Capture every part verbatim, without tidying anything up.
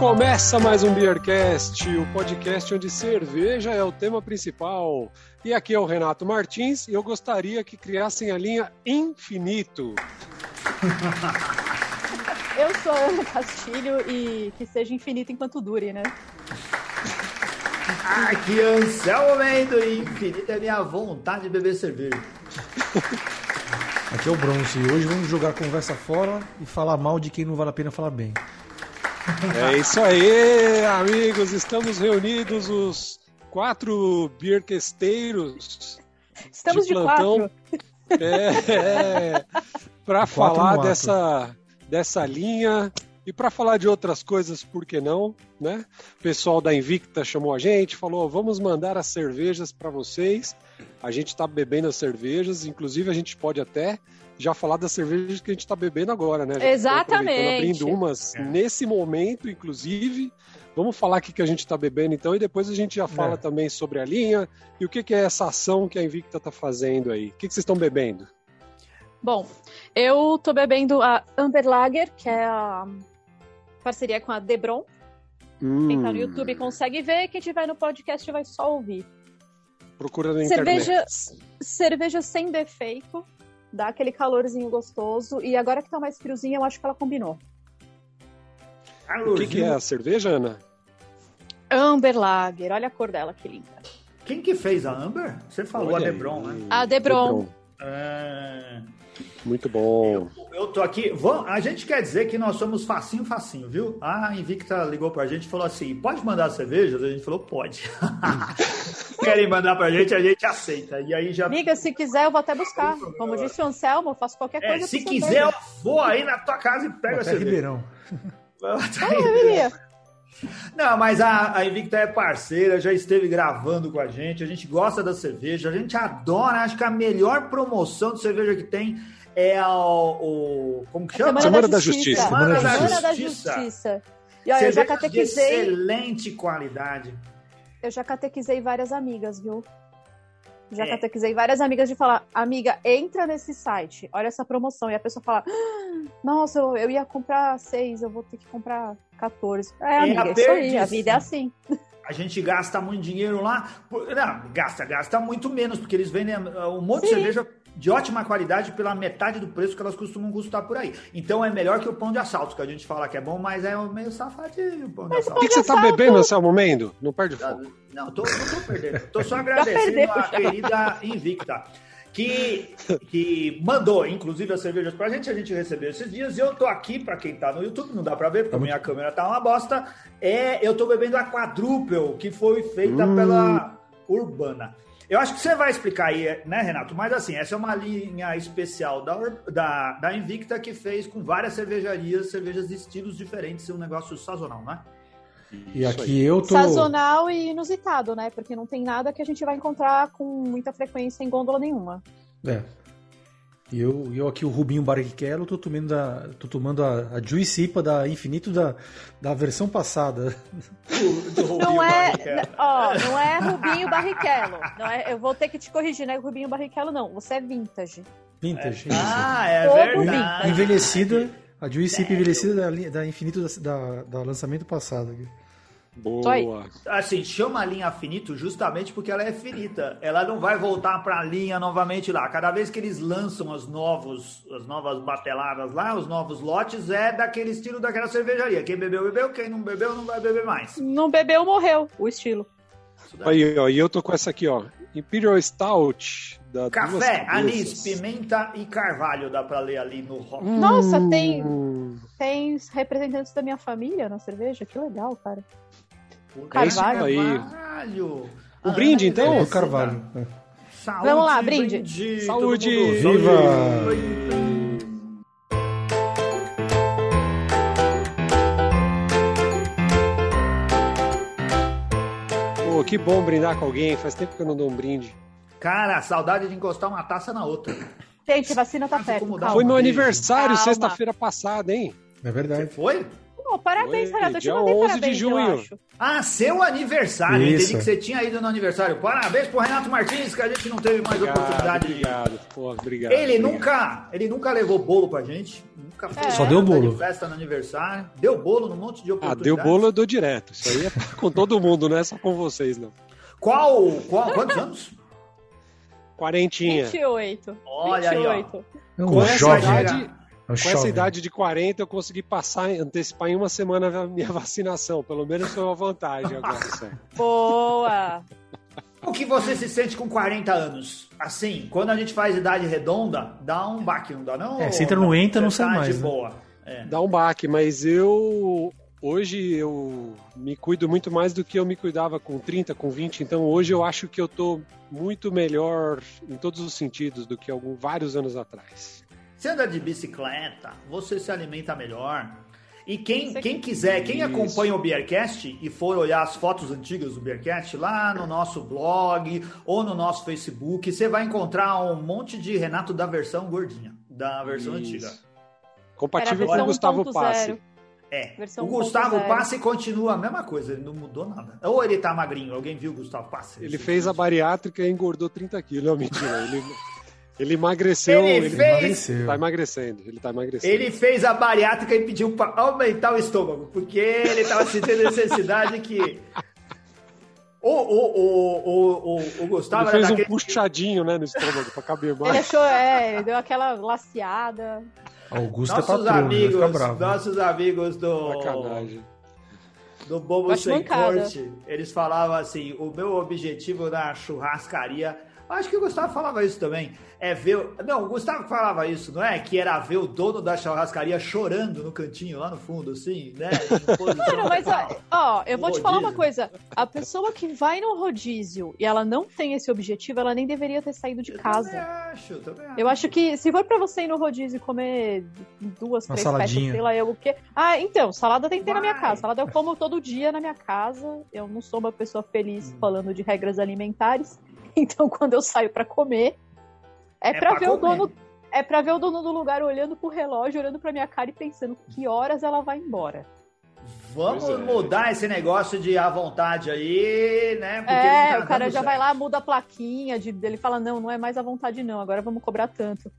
Começa mais um Beercast, o podcast onde cerveja é o tema principal. E aqui é o Renato Martins e eu gostaria que criassem a linha Infinito. Eu sou a Ana Castilho e que seja infinito enquanto dure, né? Aqui é Anselmo Mendo e infinita é minha vontade de beber cerveja. Aqui é o Bronze e hoje vamos jogar conversa fora e falar mal de quem não vale a pena falar bem. É isso aí, amigos, estamos reunidos os quatro beercasteiros. Estamos de, de quatro. É, é, para falar dessa, dessa linha e para falar de outras coisas, por que não, né? O pessoal da Invicta chamou a gente, falou, vamos mandar as cervejas para vocês. A gente está bebendo as cervejas, inclusive a gente pode até já falar das cervejas que a gente está bebendo agora, né? Já exatamente. Abrindo umas é. nesse momento, inclusive. Vamos falar o que a gente está bebendo, então, e depois a gente já fala é. também sobre a linha e o que, que é essa ação que a Invicta está fazendo aí. O que, que vocês estão bebendo? Bom, eu estou bebendo a Amber Lager, que é a parceria com a Debron. Hum. Quem está no YouTube consegue ver, quem estiver no podcast vai só ouvir. Procura na cerveja, internet. Cerveja sem defeito, dá aquele calorzinho gostoso, e agora que tá mais friozinho, eu acho que ela combinou. O que, que é a cerveja, Ana? Amber Lager, olha a cor dela, que linda. Quem que fez a Amber? Você falou olha a Debron, aí. né? A Debron. Debron. É... Muito bom. Eu, eu tô aqui. Vamos, a gente quer dizer que nós somos facinho, facinho, viu? A Invicta ligou pra gente e falou assim: pode mandar cervejas? A gente falou: pode. Querem mandar pra gente, a gente aceita. E aí já... Amiga, se quiser, eu vou até buscar. Como disse o Anselmo, eu faço qualquer coisa. É, se quiser, eu vou aí na tua casa e pego a cerveja. Ribeirão. Não, mas a, a Invicta é parceira, já esteve gravando com a gente, a gente gosta da cerveja, a gente adora, acho que a melhor promoção de cerveja que tem é o... o como que chama? Semana, Semana da Justiça. Semana, Semana, da, Semana da Justiça. Justiça. E olha, eu já catequizei... de excelente qualidade. Eu já catequizei várias amigas, viu? Já é. catequizei várias amigas de falar, amiga, entra nesse site, olha essa promoção. E a pessoa fala, ah, nossa, eu, eu ia comprar seis, eu vou ter que comprar quatorze. É, amiga, é isso aí, a vida é assim. A gente gasta muito dinheiro lá. Não, gasta, gasta muito menos, porque eles vendem um monte Sim. de cerveja de ótima qualidade pela metade do preço que elas costumam custar por aí. Então é melhor que o pão de assalto, que a gente fala que é bom, mas é meio safadinho o pão de assalto. O que, que você tá bebendo, Anselmo Mendo? Não perde fogo. Não, tô, não tô perdendo. Tô só agradecendo a querida Invicta, que, que mandou, inclusive, as cervejas pra gente. A gente recebeu esses dias. E eu tô aqui, pra quem tá no YouTube, não dá pra ver, porque a minha câmera tá uma bosta. É, eu tô bebendo a Quadruple, que foi feita hum. pela Urbana. Eu acho que você vai explicar aí, né, Renato? Mas assim, essa é uma linha especial da, da, da Invicta que fez com várias cervejarias, cervejas de estilos diferentes, um negócio sazonal, né? E aqui eu tô... Sazonal e inusitado, né? Porque não tem nada que a gente vai encontrar com muita frequência em gôndola nenhuma. É. E eu, eu aqui, o Rubinho Barrichello, tô tomando, da, tô tomando a, a Juice I P A da Infinito da, da versão passada. Do, do não, é, ó, não é Rubinho Barrichello. Não é, eu vou ter que te corrigir, não é Rubinho Barrichello, não. Você é vintage. Vintage, é. isso. Ah, é Todo verdade. Vintage. Envelhecida, a Juice I P A envelhecida da, da Infinito da, da, da lançamento passado. Aqui. Boa. Assim, chama a linha finito justamente porque ela é finita. Ela não vai voltar para a linha novamente lá. Cada vez que eles lançam as, novos, as novas bateladas lá, os novos lotes, é daquele estilo daquela cervejaria. Quem bebeu, bebeu. Quem não bebeu, não vai beber mais. Não bebeu, morreu. O estilo. Aí, ó. E eu tô com essa aqui, ó. Imperial Stout. Da Café, anis, pimenta e carvalho. Dá para ler ali no rótulo. Hum. Nossa, tem, tem representantes da minha família na cerveja. Que legal, cara. Carvalho. Aí. Carvalho. O ah, brinde, então? O Carvalho. É. Saúde, Vamos lá, brinde. brinde. Saúde. Viva! Pô, que bom brindar com alguém. Faz tempo que eu não dou um brinde. Cara, saudade de encostar uma taça na outra. Gente, vacina tá perto. Foi meu aniversário sexta-feira passada, hein? É verdade. Você foi? Oh, parabéns, Foi Renato. Eu te dia mandei onze parabéns, de junho. eu acho. Ah, seu aniversário. Isso. Entendi que você tinha ido no aniversário. Parabéns pro Renato Martins, que a gente não teve mais Obrigado, oportunidade de... obrigado. Pô, obrigado. Ele obrigado. nunca, ele nunca levou bolo pra gente. Nunca fez É. Só deu nada bolo. de festa no aniversário. Deu bolo num monte de Ah, oportunidades. deu bolo, eu dou direto. Isso aí é com todo mundo, não é só com vocês, não. Qual, qual, quantos anos? Quarentinha. vinte e oito. Olha aí, vinte e ó. oito. É um Com essa jovem. idade, É um com essa jovem. idade de quarenta, eu consegui passar, antecipar em uma semana a minha vacinação. Pelo menos foi uma vantagem agora, sério. Boa! O que você se sente com quarenta anos? Assim, quando a gente faz idade redonda, dá um baque, não dá não? É, se entra no ENTA, não Você sai tá mais, de né? boa. É. Dá um baque, mas eu... Hoje eu me cuido muito mais do que eu me cuidava com trinta, com vinte. Então hoje eu acho que eu tô muito melhor em todos os sentidos do que alguns, vários anos atrás. Você anda de bicicleta, você se alimenta melhor. E quem, Você- quem quiser, quem Isso. acompanha o Beercast e for olhar as fotos antigas do Beercast lá no nosso blog ou no nosso Facebook, você vai encontrar um monte de Renato da versão gordinha, da versão Isso. antiga. Compatível Era a com o versão Gustavo um ponto Passe. zero. É, Versão o Gustavo um ponto zero. Passe continua a mesma coisa, ele não mudou nada. Ou ele tá magrinho, alguém viu o Gustavo Passe? Ele fez a bariátrica e engordou trinta quilos. Não, mentira. Ele, ele emagreceu. Ele Ele, fez- Emagreceu. tá emagrecendo. Ele tá emagrecendo. Ele fez a bariátrica e pediu para aumentar o estômago, porque ele tava sentindo necessidade que... O, o, o, o, o, o Gustavo Ele era fez um daquele... puxadinho, né, no estômago pra caber Ele mais. achou, é, ele deu aquela laceada. Augusto é Nossos patrão, vai amigos, ficar bravo. né? nossos amigos do, Sacanagem. do Bobo Bate Sem mancada. Corte, eles falavam assim, o meu objetivo na churrascaria, acho que o Gustavo falava isso também, é ver... o- Não, o Gustavo falava isso, não é? Que era ver o dono da churrascaria chorando no cantinho, lá no fundo, assim, né? Em posição Mano, mas ó, fetal. ó, eu vou te falar uma Rodízio. coisa. A pessoa que vai no rodízio e ela não tem esse objetivo, ela nem deveria ter saído de Eu casa. também acho, eu também acho. Eu acho que se for pra você ir no rodízio e comer duas, Uma três saladinha. peças, sei lá, eu o quê. Ah, então, salada tem que ter na minha Vai. casa. Salada eu como todo dia na minha casa. Eu não sou uma pessoa feliz falando de regras alimentares. Então, quando eu saio pra comer, é, É pra pra ver o comer. dono. É pra ver o dono do lugar olhando pro relógio, olhando pra minha cara e pensando que horas ela vai embora. Vamos Pois é. mudar esse negócio de à vontade aí, né? Porque É, não tá o cara dando já certo. vai lá, muda a plaquinha, de, ele fala, não, não é mais à vontade não, agora vamos cobrar tanto.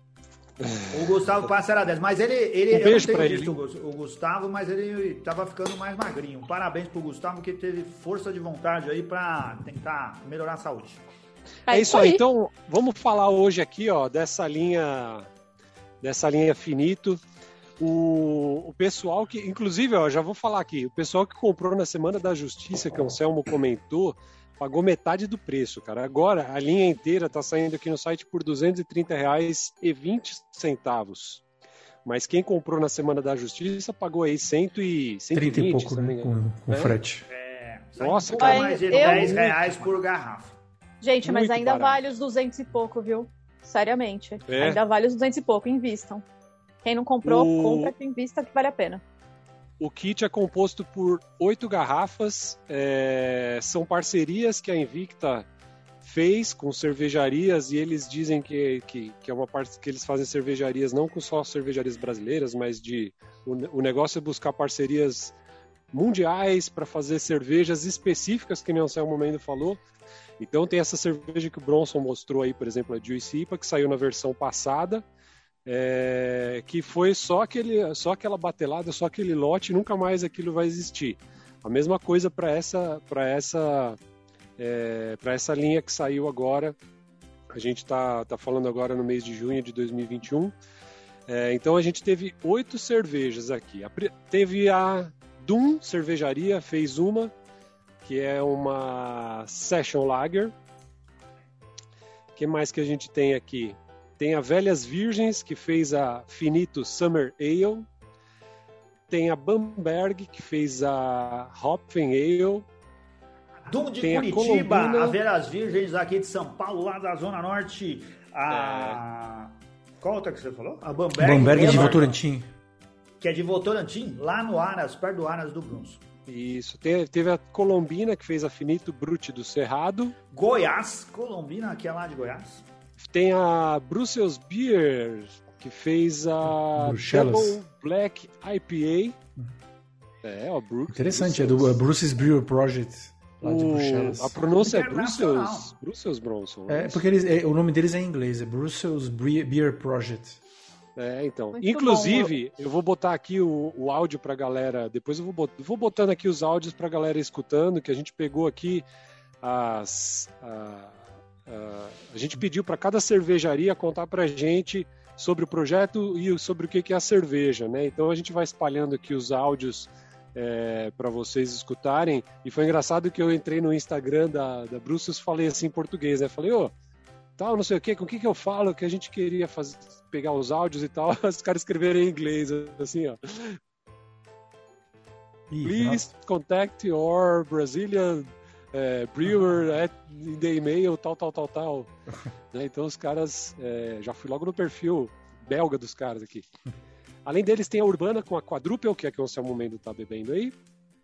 O Gustavo passa era dez, mas ele, ele Um eu beijo não tenho pra visto ele. o Gus- o Gustavo, mas ele tava ficando mais magrinho. Parabéns pro Gustavo que teve força de vontade aí pra tentar melhorar a saúde. É isso aí. Então, vamos falar hoje aqui, ó, dessa linha, dessa linha finito. O, o pessoal que, inclusive, ó, já vou falar aqui, o pessoal que comprou na Semana da Justiça, que o Anselmo comentou, pagou metade do preço, cara. Agora, a linha inteira tá saindo aqui no site por duzentos e trinta reais e vinte centavos. Mas quem comprou na Semana da Justiça pagou aí cento e, cento e vinte, trinta e pouco, se não me né? engano. Com, com É. frete. É, Nossa, um cara. pouco mais de Eu- dez reais por garrafa. Gente, mas Muito ainda barato. vale os duzentos e pouco, viu? Seriamente. É. Ainda vale os duzentos e pouco, invistam. Quem não comprou, O- compra que invista que vale a pena. O kit é composto por oito garrafas, é, são parcerias que a Invicta fez com cervejarias e eles dizem que, que, que é uma parte que eles fazem cervejarias não com só cervejarias brasileiras, mas de o, o negócio é buscar parcerias mundiais para fazer cervejas específicas, que nem o Anselmo Mendo falou. Então tem essa cerveja que o Bronson mostrou aí, por exemplo, a Juice I P A, que saiu na versão passada, é, que foi só, aquele, só aquela batelada, só aquele lote, nunca mais aquilo vai existir. A mesma coisa para essa, para essa, é, para essa linha que saiu agora. A gente está tá falando agora no mês de junho de dois mil e vinte e um. É, então a gente teve oito cervejas aqui. A, teve a Doom Cervejaria, fez uma, que é uma Session Lager. O que mais que a gente tem aqui? Tem a Velhas Virgens, que fez a Finito Summer Ale. Tem a Bamberg, que fez a Hopfen Ale. Dum de Tem a Curitiba, a, Colombina. Veras Virgens aqui de São Paulo, lá da Zona Norte. A... Qual outra que você falou? A Bamberg. Bamberg de Bamberg, Votorantim. Que é de Votorantim, lá no Aras, perto do Aras do Bronx. Isso. Te- Teve a Colombina, que fez a Finito Brute do Cerrado. Goiás, Colombina, que é lá de Goiás. Tem a Brussels Beer, que fez a Bruxelas. Double Black I P A. É, o Brooks. Interessante, Brussels. É do Bruce's Brewer Project, lá o... de Bruxelas. A pronúncia é Brussels, Brussels Bronson. É, porque eles, é, o nome deles é em inglês, é Brussels Beer Project. É, então. Muito Inclusive, bom. eu vou botar aqui o, o áudio pra galera, depois eu vou, bot, vou botando aqui os áudios pra galera escutando, que a gente pegou aqui as... A, a, a gente pediu para cada cervejaria contar pra gente sobre o projeto e sobre o que é a cerveja, né? Então a gente vai espalhando aqui os áudios é, para vocês escutarem. E foi engraçado que eu entrei no Instagram da, da Brussels e falei assim em português, né? Falei, ô, oh, tal, não sei o que, com o que que eu falo, que a gente queria fazer, pegar os áudios e tal, os caras escreveram em inglês, assim, ó. Ih, Please nossa. Contact your Brazilian é, brewer at, in the email, tal, tal, tal, tal. Né? Então os caras, é, já fui logo no perfil belga dos caras aqui. Além deles tem a Urbana com a Quadruple, que é que o Anselmo Mendo tá bebendo aí.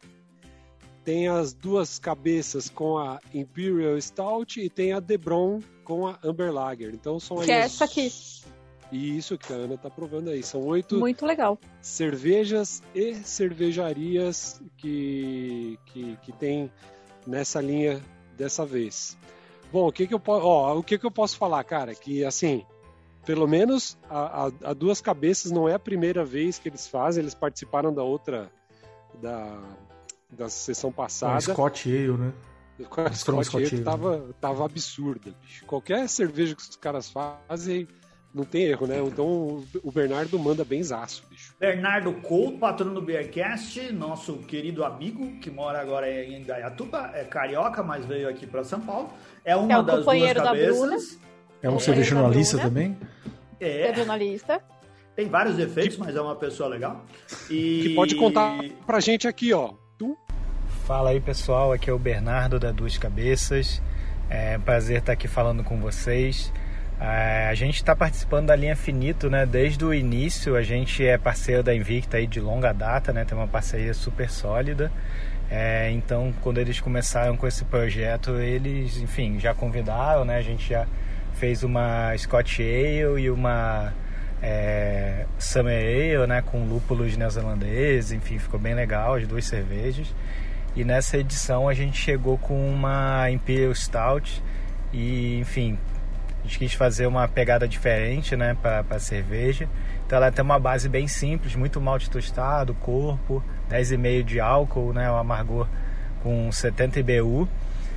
Tem as duas cabeças com a Imperial Stout e tem a Debron com a Amber Lager. Então são aí que é os... essa aqui. Isso que a Ana tá provando aí. São oito Muito legal. cervejas e cervejarias que, que, que tem nessa linha dessa vez. Bom, o que que eu, ó, o que que eu posso falar, cara? Que assim, pelo menos a, a, a Duas Cabeças não é a primeira vez que eles fazem. Eles participaram da outra... da... da sessão passada. O Scott Ale, né? O Scott Ale tava, tava absurda, bicho. Qualquer cerveja que os caras fazem, não tem erro, né? Então o Bernardo manda benzaço, bicho. Bernardo Couto, patrono do Beercast, nosso querido amigo, que mora agora em Indaiatuba, é carioca, mas veio aqui para São Paulo. É uma é das duas cabeças. É um cerveja jornalista também? É. É jornalista. Tem vários defeitos, que... mas é uma pessoa legal. E... Que pode contar pra gente aqui, ó. Tu? Fala aí, pessoal, aqui é o Bernardo da Duas Cabeças. É um prazer estar aqui falando com vocês. É, a gente está participando da linha Finito, né? Desde o início. A gente é parceiro da Invicta aí de longa data, né? Tem uma parceria super sólida. É, então, quando eles começaram com esse projeto, eles, enfim, já convidaram, né? A gente já fez uma Scotch Ale e uma é, Summer Ale, né? Com lúpulos neozelandeses, enfim, ficou bem legal as duas cervejas. E nessa edição a gente chegou com uma Imperial Stout e, enfim, a gente quis fazer uma pegada diferente, né, para a cerveja. Então ela tem uma base bem simples, muito malte tostado, corpo, dez vírgula cinco de álcool, né, o amargor com setenta I B U.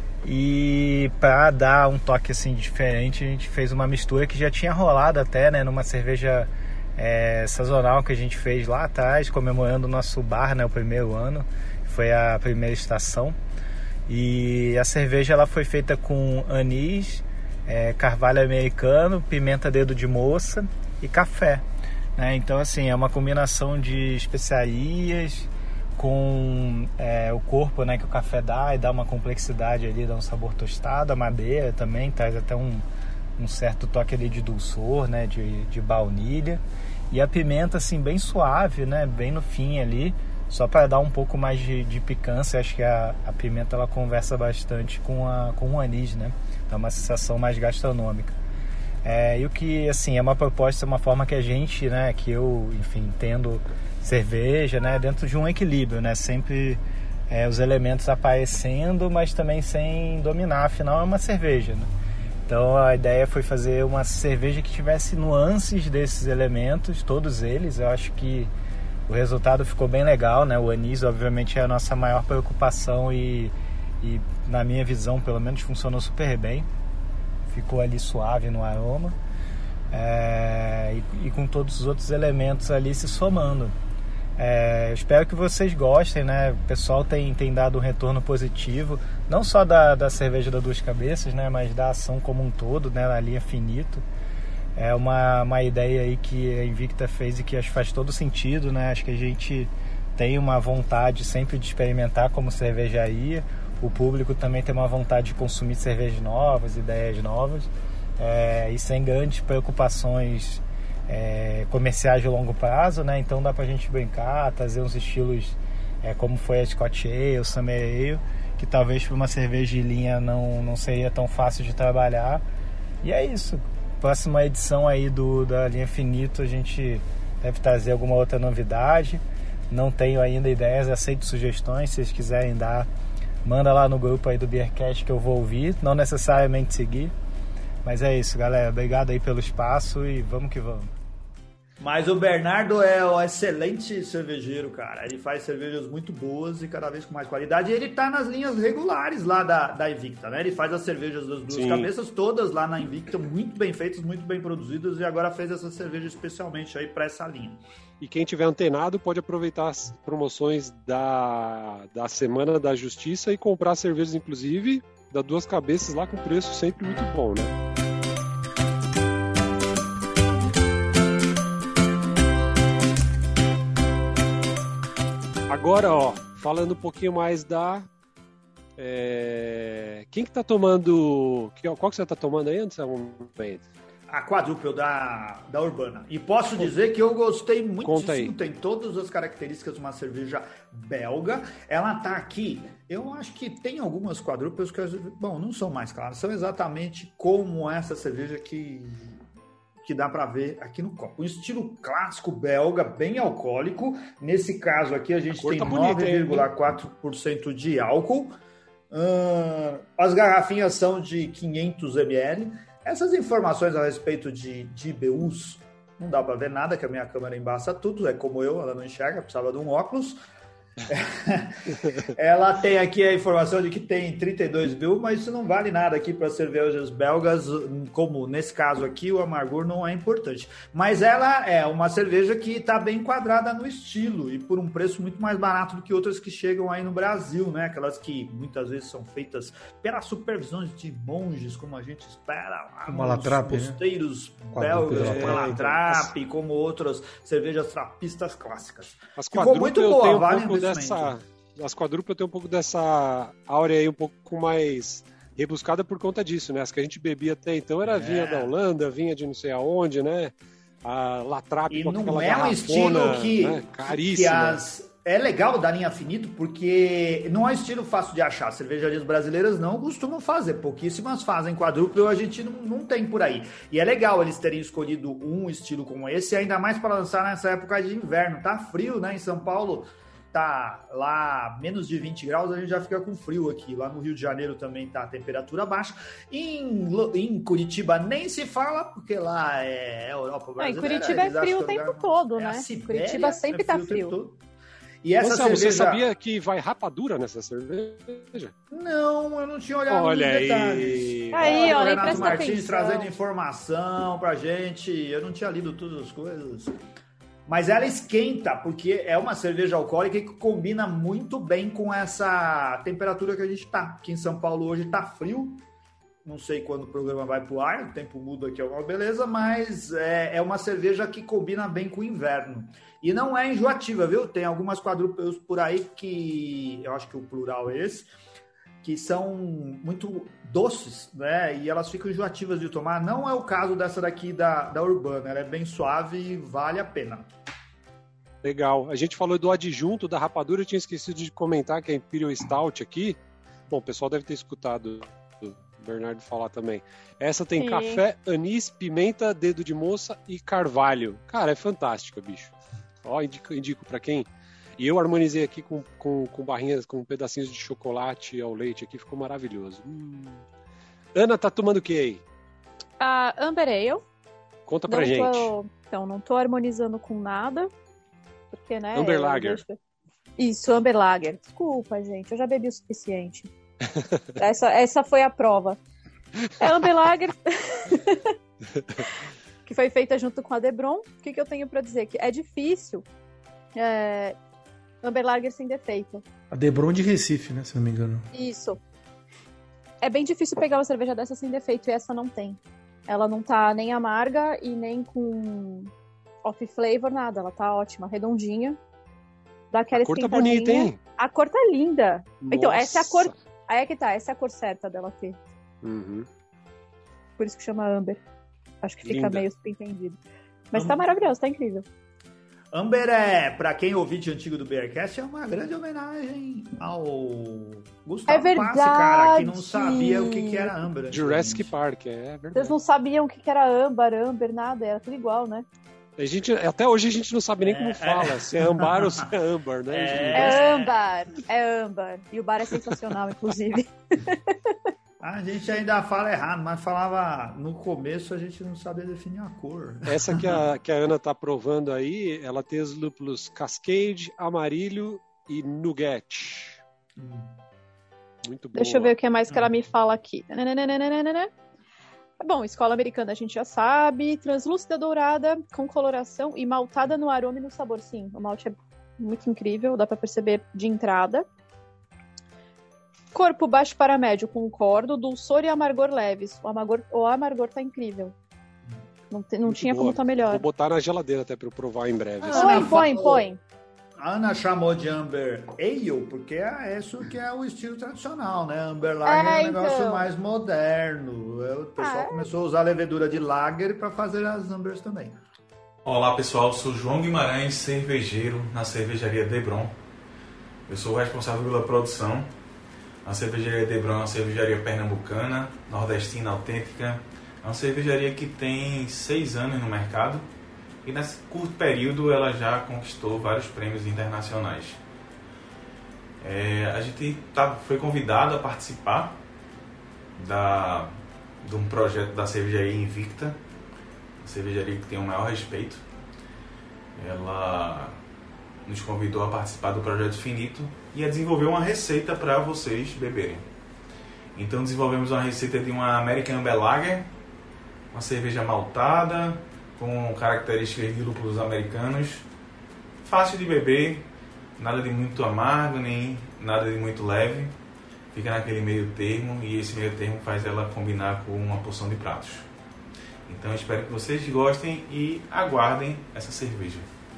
E para dar um toque assim diferente, a gente fez uma mistura que já tinha rolado até, né, numa cerveja é, sazonal que a gente fez lá atrás, comemorando o nosso bar, né, o primeiro ano. Foi a primeira estação. E a cerveja ela foi feita com anis, é, carvalho americano, pimenta dedo de moça e café, né? Então assim, é uma combinação de especiarias com é, o corpo, né, que o café dá, e dá uma complexidade ali, dá um sabor tostado. A madeira também traz até um, um certo toque ali de dulçor, né, de, de baunilha. E a pimenta assim bem suave, né, bem no fim ali, só para dar um pouco mais de, de picância. Acho que a, a pimenta ela conversa bastante com, a, com o anis, né? Dá uma sensação mais gastronômica. É, e o que, assim, é uma proposta, uma forma que a gente, né, que eu, enfim, entendo cerveja, né, dentro de um equilíbrio, né? Sempre é, os elementos aparecendo, mas também sem dominar, afinal é uma cerveja, né? Então a ideia foi fazer uma cerveja que tivesse nuances desses elementos, todos eles. Eu acho que o resultado ficou bem legal, né? O anis, obviamente, é a nossa maior preocupação e, e na minha visão, pelo menos, funcionou super bem. Ficou ali suave no aroma. É, e, e com todos os outros elementos ali se somando. É, espero que vocês gostem, né? O pessoal tem, tem dado um retorno positivo, não só da, da cerveja da Duas Cabeças, né? Mas da ação como um todo, né? Na linha Finito. É uma, uma ideia aí que a Invicta fez e que acho que faz todo sentido, né? Acho que a gente tem uma vontade sempre de experimentar como cervejaria. O público também tem uma vontade de consumir cervejas novas, ideias novas, é, e sem grandes preocupações é, comerciais de longo prazo, né? Então dá pra gente brincar, trazer uns estilos é, como foi a Scotch Ale, o Summer Ale, que talvez para uma cerveja de linha não, não seria tão fácil de trabalhar. E é isso. Próxima edição aí do, da linha Finito a gente deve trazer alguma outra novidade. Não tenho ainda ideias, aceito sugestões. Se vocês quiserem dar, manda lá no grupo aí do Beercast que eu vou ouvir. Não necessariamente seguir. Mas é isso, galera. Obrigado aí pelo espaço e vamos que vamos. Mas o Bernardo é um excelente cervejeiro, cara. Ele faz cervejas muito boas e cada vez com mais qualidade. E ele tá nas linhas regulares lá da, da Invicta, né? Ele faz as cervejas das duas Sim. cabeças todas lá na Invicta, muito bem feitas, muito bem produzidas. E agora fez essa cerveja especialmente aí para essa linha. E quem tiver antenado pode aproveitar as promoções da, da Semana da Justiça e comprar cervejas, inclusive, da Duas Cabeças lá com preço sempre muito bom, né? Agora, ó, falando um pouquinho mais da... É... Quem que tá tomando... Qual que você tá tomando aí, Anderson? A quadruple da, da Urbana. E posso dizer que eu gostei muitíssimo. Tem todas as características de uma cerveja belga. Ela tá aqui... Eu acho que tem algumas quadruples que, bom, não são mais claras. São exatamente como essa cerveja que... que dá para ver aqui no copo. Um estilo clássico belga, bem alcoólico. Nesse caso aqui, a gente a tem tá nove vírgula quatro por cento de álcool. Uh, as garrafinhas são de quinhentos mililitros. Essas informações a respeito de, de I B Us, não dá para ver nada, que a minha câmera embaça tudo. É como eu, ela não enxerga, precisava de um óculos. Ela tem aqui a informação de que tem trinta e dois mil, mas isso não vale nada aqui para cervejas belgas, como nesse caso aqui o amargor não é importante, mas ela é uma cerveja que está bem enquadrada no estilo e por um preço muito mais barato do que outras que chegam aí no Brasil, né? Aquelas que muitas vezes são feitas pelas supervisões de monges, como a gente espera lá uma latrape, mosteiros né? belgas, é, uma latrape, como outras cervejas trapistas clássicas. As Ficou muito boa, vale um dessa, as quadruplas tem um pouco dessa áurea aí um pouco mais rebuscada por conta disso, né? As que a gente bebia até então era é. vinha da Holanda, vinha de não sei aonde, né? A latrape com aquela garrafona, é um estilo que, né? Caríssima. Que as, é legal da linha Finito porque não é um estilo fácil de achar. Cervejarias brasileiras não costumam fazer, pouquíssimas fazem quadrupla, a gente não, não tem por aí. E é legal eles terem escolhido um estilo como esse, ainda mais para lançar nessa época de inverno. Tá frio, né? Em São Paulo tá lá menos de vinte graus, a gente já fica com frio aqui. Lá no Rio de Janeiro também tá a temperatura baixa. Em, em Curitiba nem se fala, porque lá é Europa brasileira. Não, em Curitiba é frio o tempo todo, né? Sibéria, Curitiba sempre é tá frio. E essa Nossa, cerveja... Você sabia que vai rapadura nessa cerveja? Não, eu não tinha olhado olha nos detalhes. Aí, aí olha, o Renato Martins trazendo informação pra gente. Eu não tinha lido todas as coisas. Mas ela esquenta, porque é uma cerveja alcoólica que combina muito bem com essa temperatura que a gente tá. Aqui em São Paulo hoje tá frio. Não sei quando o programa vai pro ar, o tempo muda aqui, é uma beleza, mas é, é uma cerveja que combina bem com o inverno. E não é enjoativa, viu? Tem algumas quadrúpelas por aí que, eu acho que o plural é esse, que são muito doces, né? E elas ficam enjoativas de tomar. Não é o caso dessa daqui da, da Urbana, ela é bem suave e vale a pena. Legal. A gente falou do adjunto da rapadura, eu tinha esquecido de comentar que a Imperial Stout aqui, bom, o pessoal deve ter escutado o Bernardo falar também. Essa tem Sim. café, anis, pimenta, dedo de moça e carvalho. Cara, é fantástica, bicho. Ó, indico, indico pra quem... E eu harmonizei aqui com, com, com barrinhas, com pedacinhos de chocolate ao leite aqui, ficou maravilhoso. Hum. Ana, tá tomando o que aí? A Amber Ale. Conta pra não gente. Tô, então, não tô harmonizando com nada. Porque, né? Amber Lager. Deixo... Isso, Amber Lager. Desculpa, gente, eu já bebi o suficiente. essa, essa foi a prova. É Amber Lager. Que foi feita junto com a Debron. O que, que eu tenho pra dizer? Que é difícil... É... Amber Lager sem defeito. A Debron de Recife, né? Se não me engano. Isso. É bem difícil pegar uma cerveja dessa sem defeito e essa não tem. Ela não tá nem amarga e nem com off flavor, nada. Ela tá ótima, redondinha. Dá aquela a cor tá bonita, hein? A cor tá linda. Nossa. Então, essa é a cor... Aí é que tá, essa é a cor certa dela aqui. Uhum. Por isso que chama Amber. Acho que fica linda. meio subentendido. Mas hum. tá maravilhoso, tá incrível. Amber é, pra quem ouvinte antigo do Beercast, é uma grande homenagem ao Gustavo é verdade. Passe, cara, que não sabia o que, que era Amber. Jurassic Park, é verdade. Vocês não sabiam o que, que era Amber, Amber, nada, era tudo igual, né? A gente, até hoje a gente não sabe nem como é, fala, é. se é ambar ou se é âmbar, né? É, é âmbar, é âmbar. E o bar é sensacional, inclusive. A gente ainda fala errado, mas falava no começo a gente não sabia definir a cor. Essa que a, que a Ana tá provando aí, ela tem os lúpulos Cascade, Amarillo e Nugget. Hum. Muito bom. Deixa eu ver o que mais que ela me fala aqui. Bom, escola americana a gente já sabe. Translúcida dourada com coloração e maltada no aroma e no sabor. Sim, o malte é muito incrível, dá pra perceber de entrada. Corpo baixo para médio, concordo. Dulçor e amargor leves. O amargor, o amargor tá incrível. Não, te, não tinha boa. Como tá melhor. Vou botar na geladeira até pra eu provar em breve. Ah, põe, põe, põe. A Ana chamou de Amber Ale, porque é isso que é o estilo tradicional, né? Amber Lager é, é um então... negócio mais moderno. O pessoal ah, é? começou a usar a levedura de Lager para fazer as Ambers também. Olá pessoal, sou João Guimarães, cervejeiro na cervejaria Debron. Eu sou o responsável pela produção. A cervejaria Debron é uma cervejaria pernambucana, nordestina autêntica. É uma cervejaria que tem seis anos no mercado. E nesse curto período ela já conquistou vários prêmios internacionais. É, a gente tá, foi convidado a participar da, de um projeto da cervejaria Invicta, uma cervejaria que tem o maior respeito. Ela nos convidou a participar do projeto Finito e a desenvolver uma receita para vocês beberem. Então desenvolvemos uma receita de uma American Amber Lager, uma cerveja maltada, com características de lúpulos americanos, fácil de beber, nada de muito amargo, nem nada de muito leve, fica naquele meio termo e esse meio termo faz ela combinar com uma porção de pratos. Então espero que vocês gostem e aguardem essa cerveja.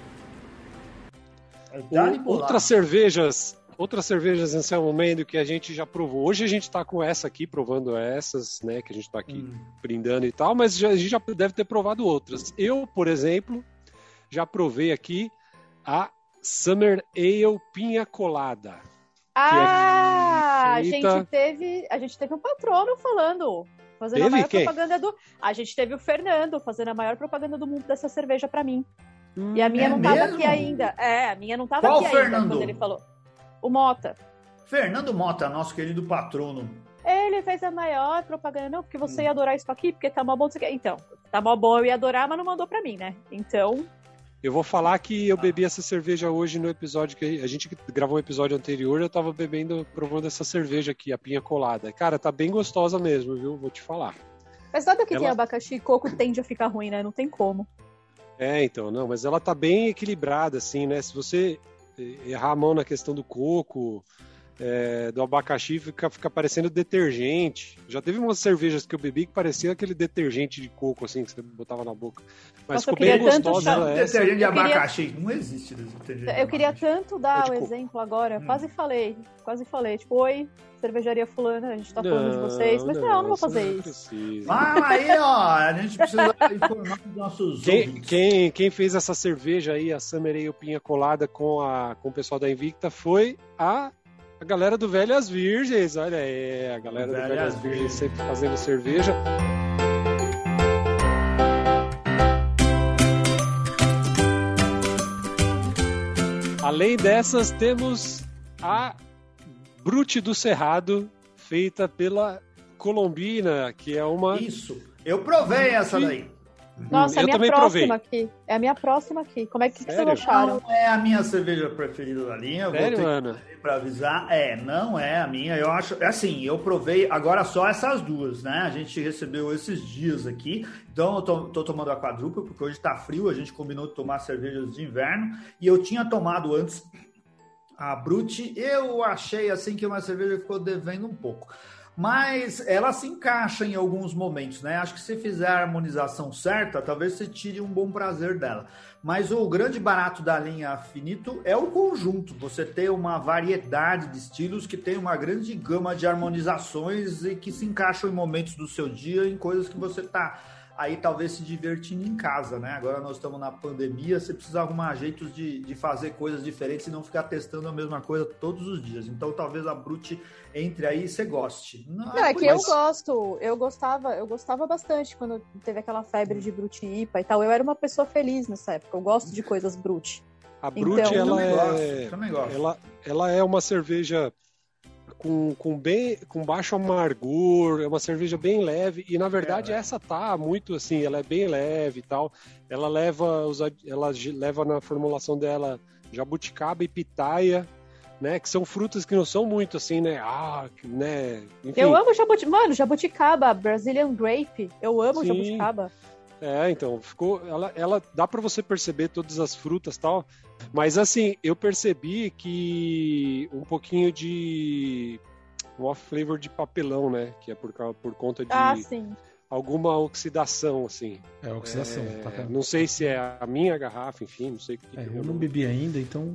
Outras cervejas, outras cervejas nesse momento que a gente já provou. Hoje a gente está com essa aqui, provando essas, né, que a gente está aqui hum. brindando e tal, mas já, a gente já deve ter provado outras. Eu, por exemplo, já provei aqui a Summer Ale Pinha Colada. Ah, é feita... a gente teve, a gente teve um patrono falando, fazendo teve? a maior Quem? propaganda do. A gente teve o Fernando fazendo a maior propaganda do mundo dessa cerveja para mim. Hum, e a minha é não mesmo? tava aqui ainda. É, a minha não tava Qual aqui Fernando? ainda quando ele falou. O Mota. Fernando Mota, nosso querido patrono. Ele fez a maior propaganda. Não, porque você hum. ia adorar isso aqui, porque tá mó bom. Então, tá mó bom, eu ia adorar, mas não mandou pra mim, né? Então... Eu vou falar que eu bebi essa cerveja hoje no episódio que a gente gravou um episódio anterior, eu tava bebendo, provando essa cerveja aqui, a Pinha Colada. Cara, tá bem gostosa mesmo, viu? Vou te falar. Mas nada que ela... tem abacaxi e coco tende a ficar ruim, né? Não tem como. É, então, não, mas ela tá bem equilibrada, assim, né? Se você errar a mão na questão do coco, é, do abacaxi, fica, fica parecendo detergente. Já teve umas cervejas que eu bebi que parecia aquele detergente de coco, assim, que você botava na boca. Mas Nossa, ficou bem gostosa. Essa. Detergente de abacaxi, queria... não existe detergente. Eu queria tanto dar é o coco. exemplo agora, hum. quase falei, quase falei, tipo, oi, cervejaria fulana, a gente tá falando não, de vocês, mas não, não, não vou fazer não isso. Ah, aí, ó, a gente precisa informar os nossos quem, quem, quem fez essa cerveja aí, a Summer Ale Pinha Colada com, a, com o pessoal da Invicta foi a A galera do Velhas Virgens, olha aí, a galera do Velhas Virgens sempre fazendo cerveja. Além dessas, temos a Brute do Cerrado, feita pela Colombina, que é uma... Isso, eu provei essa daí. Nossa, é a minha próxima provei. aqui. É a minha próxima aqui. Como é que, que vocês acharam? Não é a minha cerveja preferida da linha. Sério, vou ter Ana? Pra avisar. É, não é a minha. Eu acho. É assim, eu provei agora só essas duas, né? A gente recebeu esses dias aqui. Então eu tô, tô tomando a quadrupla, porque hoje tá frio. A gente combinou de tomar cervejas de inverno. E eu tinha tomado antes a Brute. Eu achei assim que uma cerveja ficou devendo um pouco. Mas ela se encaixa em alguns momentos, né? Acho que se fizer a harmonização certa, talvez você tire um bom prazer dela. Mas o grande barato da linha Finito é o conjunto. Você ter uma variedade de estilos que tem uma grande gama de harmonizações e que se encaixam em momentos do seu dia, em coisas que você está aí talvez se divertindo em casa, né? Agora nós estamos na pandemia, você precisa arrumar jeitos de, de fazer coisas diferentes e não ficar testando a mesma coisa todos os dias. Então talvez a Brut entre aí e você goste. Não, não é que mas... eu gosto, eu gostava, eu gostava bastante quando teve aquela febre de Brut I P A e tal. Eu era uma pessoa feliz nessa época, eu gosto de coisas Brut. A Brut, então, ela, é, ela, ela é uma cerveja com, com, bem, com baixo amargor, é uma cerveja bem leve, e na verdade é, essa tá muito assim, ela é bem leve e tal. Ela leva, os, ela leva na formulação dela jabuticaba e pitaia, né, que são frutas que não são muito assim, né, ah, né, enfim. Eu amo jabuticaba, mano, jabuticaba, Brazilian Grape, eu amo Sim. jabuticaba. É, então, ficou, ela, ela dá para você perceber todas as frutas e tal, mas assim, eu percebi que um pouquinho de um off-flavor de papelão, né, que é por, por conta de ah, sim. alguma oxidação, assim. É, oxidação. É, tá não sei se é a minha garrafa, enfim, não sei o que. É, que eu não bebi ainda, então...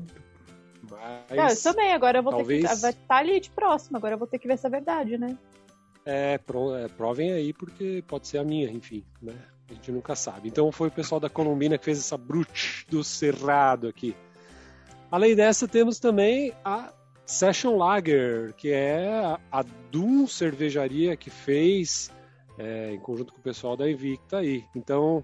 Mas, não, eu também, agora eu vou talvez... ter que... Vai estar ali de próximo, agora eu vou ter que ver se é verdade, né? É, pro, é, provem aí, porque pode ser a minha, enfim, né? A gente nunca sabe. Então foi o pessoal da Colombina que fez essa Brut do Cerrado aqui. Além dessa, temos também a Session Lager, que é a, a Dum Cervejaria que fez, é, em conjunto com o pessoal da Invicta aí. Então,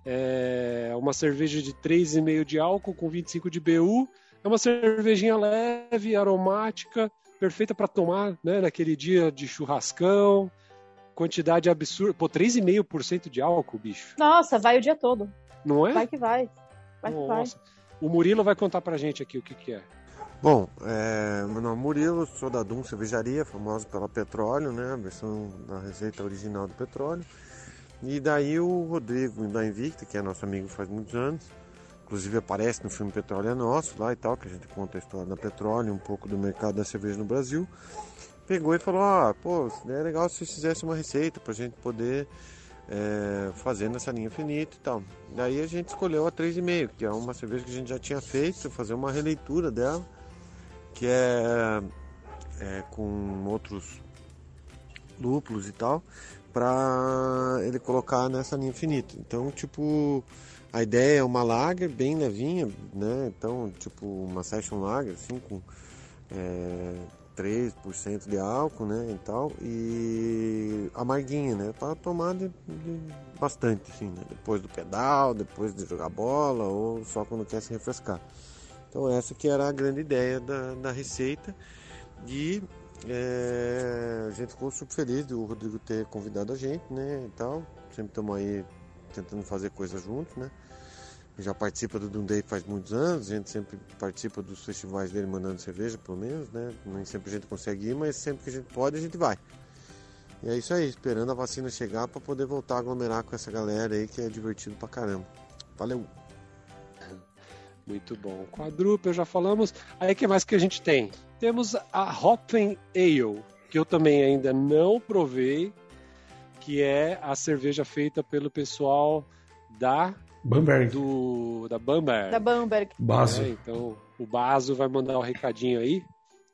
é uma cerveja de três vírgula cinco de álcool com vinte e cinco de B U. É uma cervejinha leve, aromática, perfeita para tomar, né, naquele dia de churrascão. Quantidade absurda. Pô, três vírgula cinco por cento de álcool, bicho. Nossa, vai o dia todo. Não é? Vai que vai. Vai Nossa. que vai. O Murilo vai contar pra gente aqui o que que é. Bom, é, meu nome é Murilo, sou da Dum Cervejaria, famosa pela petróleo, né? A versão da receita original do petróleo. E daí o Rodrigo da Invicta, que é nosso amigo faz muitos anos, inclusive aparece no filme Petróleo é Nosso lá e tal, que a gente conta a história da petróleo, um pouco do mercado da cerveja no Brasil. Pegou e falou, ah, pô, é legal se vocês fizessem uma receita pra gente poder é, fazer nessa linha finita e tal. Daí a gente escolheu a três vírgula cinco, que é uma cerveja que a gente já tinha feito, fazer uma releitura dela, que é, é com outros lúpulos e tal, pra ele colocar nessa linha finita. Então, tipo, a ideia é uma lager bem levinha, né? Então, tipo, uma session lager, assim, com... É, três por cento de álcool, né, e tal, e amarguinha, né, para tomar de, de bastante, assim, né, depois do pedal, depois de jogar bola, ou só quando quer se refrescar. Então essa que era a grande ideia da, da receita, e é, a gente ficou super feliz do Rodrigo ter convidado a gente, né, e tal, sempre estamos aí tentando fazer coisas juntos, né. Já participa do Doom Day faz muitos anos, a gente sempre participa dos festivais dele mandando cerveja, pelo menos, né? Nem sempre a gente consegue ir, mas sempre que a gente pode, a gente vai. E é isso aí, esperando a vacina chegar para poder voltar a aglomerar com essa galera aí, que é divertido pra caramba. Valeu! Muito bom. Quadruple, já falamos. Aí o que mais que a gente tem? Temos a Hopfen Ale, que eu também ainda não provei, que é a cerveja feita pelo pessoal da... Bamberg. Do, da Bamberg. Da Bamberg. Baso. É, então, o Baso vai mandar o um recadinho aí.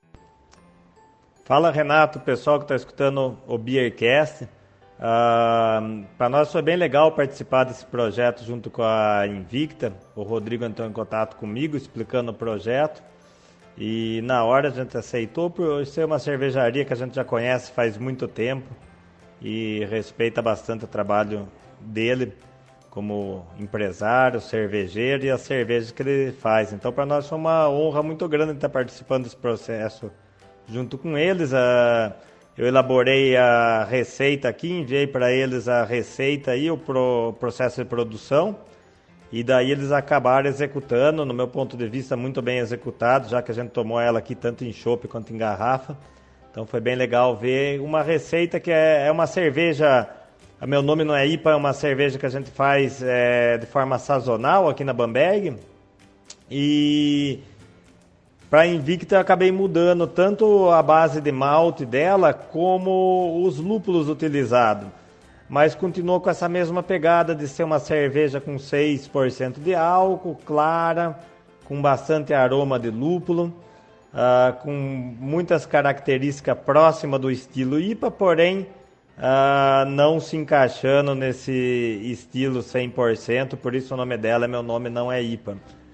Fala, Renato, pessoal que está escutando o Beercast. Uh, Para nós foi bem legal participar desse projeto junto com a Invicta. O Rodrigo entrou em contato comigo explicando o projeto. E na hora a gente aceitou por ser uma cervejaria que a gente já conhece faz muito tempo e respeita bastante o trabalho dele como empresário, cervejeiro e as cervejas que ele faz. Então, para nós foi uma honra muito grande estar participando desse processo junto com eles. Eu elaborei a receita aqui, enviei para eles a receita e o processo de produção, e daí eles acabaram executando, no meu ponto de vista, muito bem executado, já que a gente tomou ela aqui tanto em chopp quanto em garrafa. Então foi bem legal ver uma receita que é uma cerveja... O meu nome não é I P A, é uma cerveja que a gente faz é, de forma sazonal aqui na Bamberg. E para a Invicta eu acabei mudando tanto a base de malte dela como os lúpulos utilizados. Mas continuou com essa mesma pegada de ser uma cerveja com seis por cento de álcool, clara, com bastante aroma de lúpulo, uh, com muitas características próximas do estilo I P A, porém... uh, não se encaixando nesse estilo cem por cento, por isso o nome dela, meu nome não é I P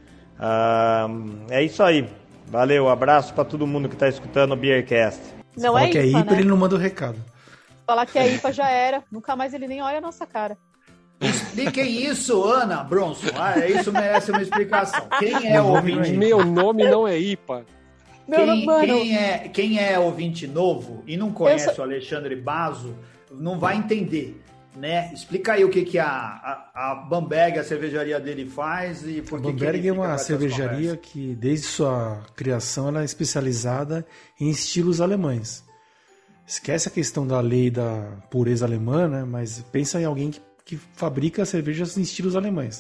A. Uh, é isso aí. Valeu, abraço para todo mundo que tá escutando o Beercast. Não Fala é que I P A, é I P A, né? ele não manda o recado. Falar que é I P A já era. Nunca mais ele nem olha a nossa cara. Expliquem isso, Ana Bronson. Ah, isso merece uma explicação. Quem é o ouvinte? Meu nome não é I P A. Meu Quem, mano. quem, é, quem é ouvinte novo e não conhece sou... o Alexandre Basso, não vai entender, né? Explica aí o que, que a, a, a Bamberg, a cervejaria dele, faz e por que Bamberg que é uma cervejaria que, desde sua criação, ela é especializada em estilos alemães. Esquece a questão da lei da pureza alemã, né? Mas pensa em alguém que, que fabrica cervejas em estilos alemães.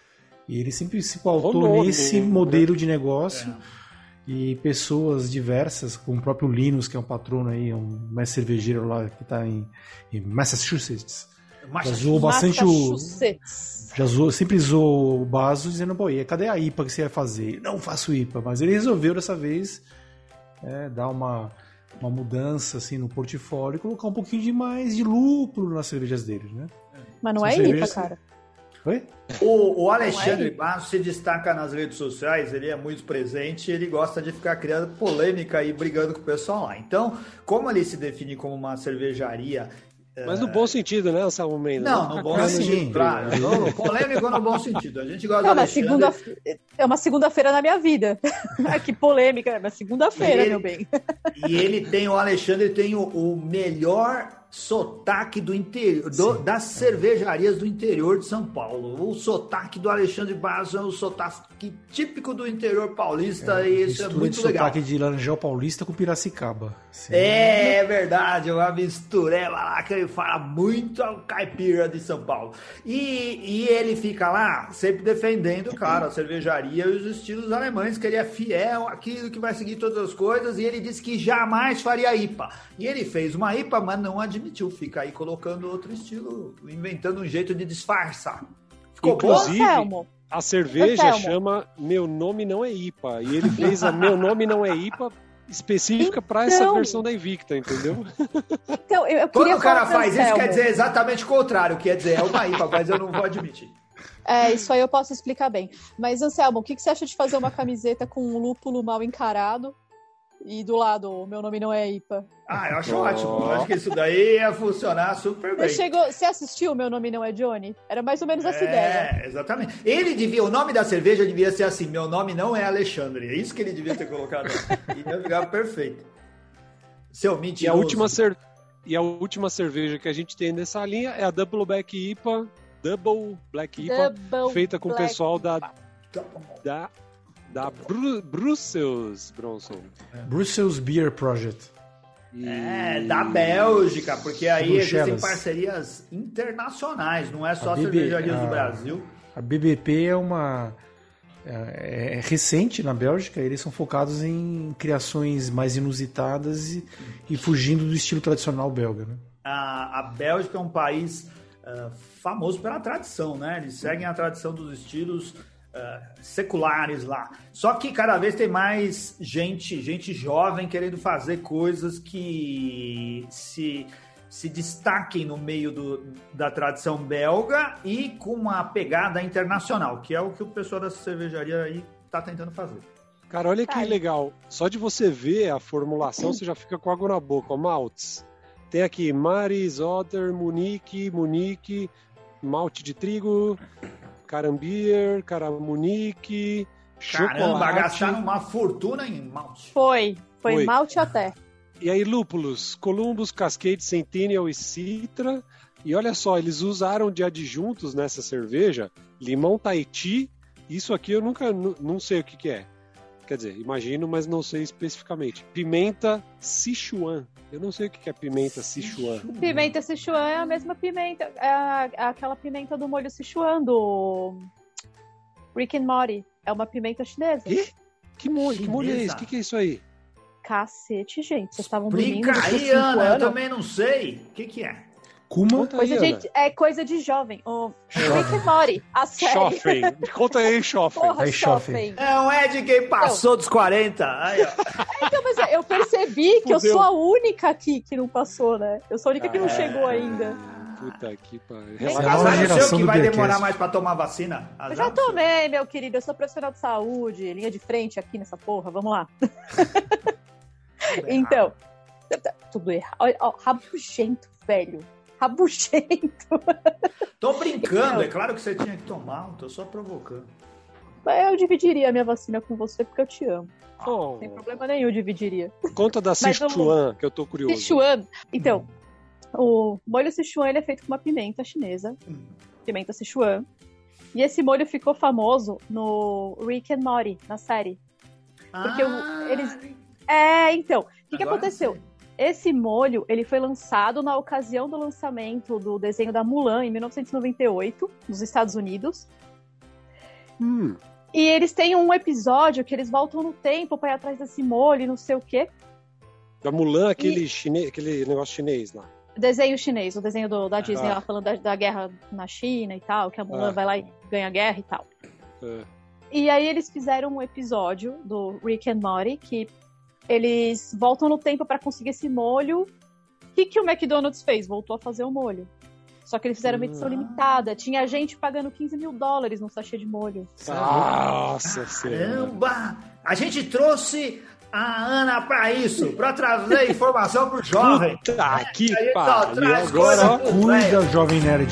E ele sempre se pautou nesse modelo de negócio. É. E pessoas diversas, como o próprio Linus, que é um patrono aí, um mestre cervejeiro lá que está em, em Massachusetts. Já zoou bastante o. Já zoou, sempre zoou o Basso, dizendo, pô, e cadê a I P A que você ia fazer? Não faço I P A, mas ele resolveu dessa vez é, dar uma, uma mudança assim, no portfólio e colocar um pouquinho de mais de lúpulo nas cervejas dele, né? Mas não São é cervejas... I P A, cara. Oi? O, o Alexandre Basso se destaca nas redes sociais, ele é muito presente, ele gosta de ficar criando polêmica e brigando com o pessoal lá. Então, como ele se define como uma cervejaria... Mas no bom sentido, né, Anselmo Mendes? Não, no bom sentido, claro. No, polêmico no bom sentido. A gente gosta é, do uma segunda, é uma segunda-feira na minha vida. Que polêmica, é uma segunda-feira, meu bem. E ele tem, o Alexandre tem o, o melhor sotaque do interior, do, das cervejarias do interior de São Paulo. O sotaque do Alexandre Basso é um sotaque típico do interior paulista, é, e isso é muito de legal. Sotaque de Laranjal Paulista com Piracicaba. Sim. É, é verdade, é uma mistureba lá que ele fala muito ao caipira de São Paulo. E, e ele fica lá sempre defendendo, claro, a cervejaria e os estilos alemães, que ele é fiel àquilo que vai seguir todas as coisas, e ele disse que jamais faria I P A. E ele fez uma I P A, mas não admitiu. Fica aí colocando outro estilo, inventando um jeito de disfarçar. Ficou Inclusive, bom? a cerveja chama Meu Nome Não É I P A. E ele fez a Meu Nome Não É I P A específica então... para essa versão da Invicta, entendeu? Então, eu, eu Quando o cara faz isso, quer dizer exatamente o contrário. Quer dizer, é uma I P A, mas eu não vou admitir. É, isso aí eu posso explicar bem. Mas, Anselmo, o que, que você acha de fazer uma camiseta com um lúpulo mal encarado? E do lado, o Meu Nome Não É I P A. Ah, eu acho oh. ótimo. Eu acho que isso daí ia funcionar super bem. Você, chegou, você assistiu o Meu Nome Não É Johnny? Era mais ou menos essa é, ideia. É, exatamente. Ele devia, o nome da cerveja devia ser assim, Meu Nome Não É Alexandre. É isso que ele devia ter colocado. E ia ficar perfeito. Seu mentiroso. E a, última cer... e a última cerveja que a gente tem nessa linha é a Double Black I P A, Double Black I P A, Double feita com o pessoal da... da Da Bru- Brussels, Bronson. Brussels Beer Project. É, da Bélgica, porque aí existem parcerias internacionais, não é só cervejarias do Brasil. A B B P é uma... É, é recente na Bélgica, eles são focados em criações mais inusitadas e, e fugindo do estilo tradicional belga, né? A, a Bélgica é um país uh, famoso pela tradição, né? Eles seguem a tradição dos estilos Uh, seculares lá. Só que cada vez tem mais gente, gente jovem querendo fazer coisas que se, se destaquem no meio do, da tradição belga e com uma pegada internacional, que é o que o pessoal da cervejaria aí tá tentando fazer. Cara, olha que legal. Só de você ver a formulação, você já fica com água na boca. Ó, maltes. Tem aqui Maris, Otter, Munique, Munique, malte de trigo... Carambier, Caramunique, chocolate. Caramba, gastaram uma fortuna em malte. Foi, foi, foi malte até. E aí lúpulos, Columbus, Cascade, Centennial e Citra. E olha só, eles usaram de adjuntos nessa cerveja limão Tahiti. Isso aqui eu nunca, n- não sei o que, que é. Quer dizer, imagino, mas não sei especificamente. Pimenta Sichuan. Eu não sei o que é pimenta Sichuan. Pimenta Sichuan é a mesma pimenta, é a, é aquela pimenta do molho Sichuan, do Rick and Morty. É uma pimenta chinesa. Que? Que molho? Que molho é esse? O que, que é isso aí? Cacete, gente. Vocês estavam dormindo. Explica aí, Ana. Eu também não sei. O que, que é? Kuma? Coisa aí, de, é coisa de jovem. O Rick and Morty, a série. Schoffen. Conta aí, Schoffen. Porra, Aí, Schoffen. É um é de quem passou então, dos quarenta. Aí, ó. Então, mas eu percebi que Fudeu. eu sou a única aqui que não passou, né? Eu sou a única que não é... chegou ainda. Puta que pariu. Você é o seu que vai demorar mais pra tomar vacina? Azar eu já tomei, meu querido. Eu sou profissional de saúde, linha de frente aqui nessa porra. Vamos lá. Então, tudo errado. Olha, ó, rabugento, velho. Rabugento. Tô brincando, é claro que você tinha que tomar, não tô só provocando. Eu dividiria a minha vacina com você porque eu te amo. Oh. Sem problema nenhum, eu dividiria. Conta da Sichuan, eu... que eu tô curioso. Sichuan, então, o molho Sichuan ele é feito com uma pimenta chinesa, pimenta Sichuan, e esse molho ficou famoso no Rick and Morty, na série. Porque ah, o, eles... É, então, o que, que aconteceu? Esse molho, ele foi lançado na ocasião do lançamento do desenho da Mulan, em mil novecentos e noventa e oito, nos Estados Unidos. Hum. E eles têm um episódio que eles voltam no tempo pra ir atrás desse molho e não sei o quê. Da Mulan, aquele, e... chine... aquele negócio chinês lá. Desenho chinês, o desenho do, da Disney, ah. lá falando da, da guerra na China e tal, que a Mulan ah. vai lá e ganha a guerra e tal. Ah. E aí eles fizeram um episódio do Rick and Morty que eles voltam no tempo pra conseguir esse molho. O que, que o McDonald's fez? Voltou a fazer o molho. Só que eles fizeram uma edição limitada. Tinha gente pagando quinze mil dólares num sachê de molho. Nossa Senhora! Caramba! A gente trouxe a Ana pra isso, pra trazer informação pro jovem. Puta que pariu! Agora cuida, jovem nerd.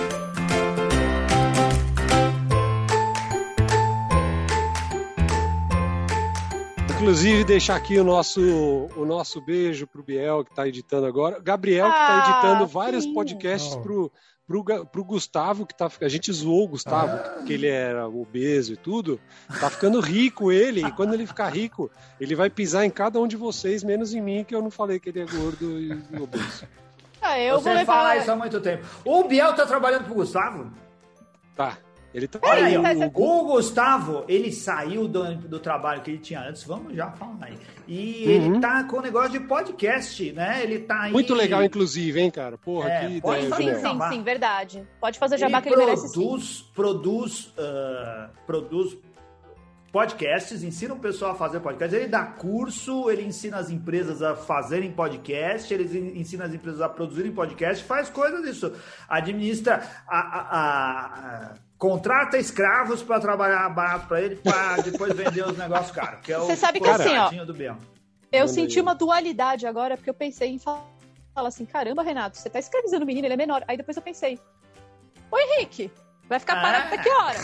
Inclusive, deixar aqui o nosso, o nosso beijo pro Biel, que tá editando agora. Gabriel, que tá editando ah, vários sim. podcasts oh. pro, pro, pro Gustavo, que tá... A gente zoou o Gustavo, ah. porque ele era obeso e tudo. Tá ficando rico ele, e quando ele ficar rico, ele vai pisar em cada um de vocês, menos em mim, que eu não falei que ele é gordo e, e obeso. Ah, eu Você vou fala isso há muito tempo. O Biel tá trabalhando pro Gustavo? Tá. Ele tá... Olha aí, ó, o Gustavo, ele saiu do, do trabalho que ele tinha antes, vamos já falar aí. E uhum. ele tá com o negócio de podcast, né? Ele tá aí... Muito legal, inclusive, hein, cara? Porra, é, que pode ideia. Sim, sim, sim, sim, verdade. Pode fazer jabá que ele merece sim. Produz, produz, uh, produz podcasts, ensina o pessoal a fazer podcast. Ele dá curso, ele ensina as empresas a fazerem podcast, ele ensina as empresas a produzirem podcast, faz coisas disso. Administra a... a, a, a contrata escravos para trabalhar barato para ele, para depois vender os negócios caros. Que é Você o sabe que assim, ó, do Biel. Eu senti uma dualidade agora, porque eu pensei em falar assim, caramba, Renato, você tá escravizando o menino, ele é menor. Aí depois eu pensei, ô Henrique, vai ficar parado até que hora?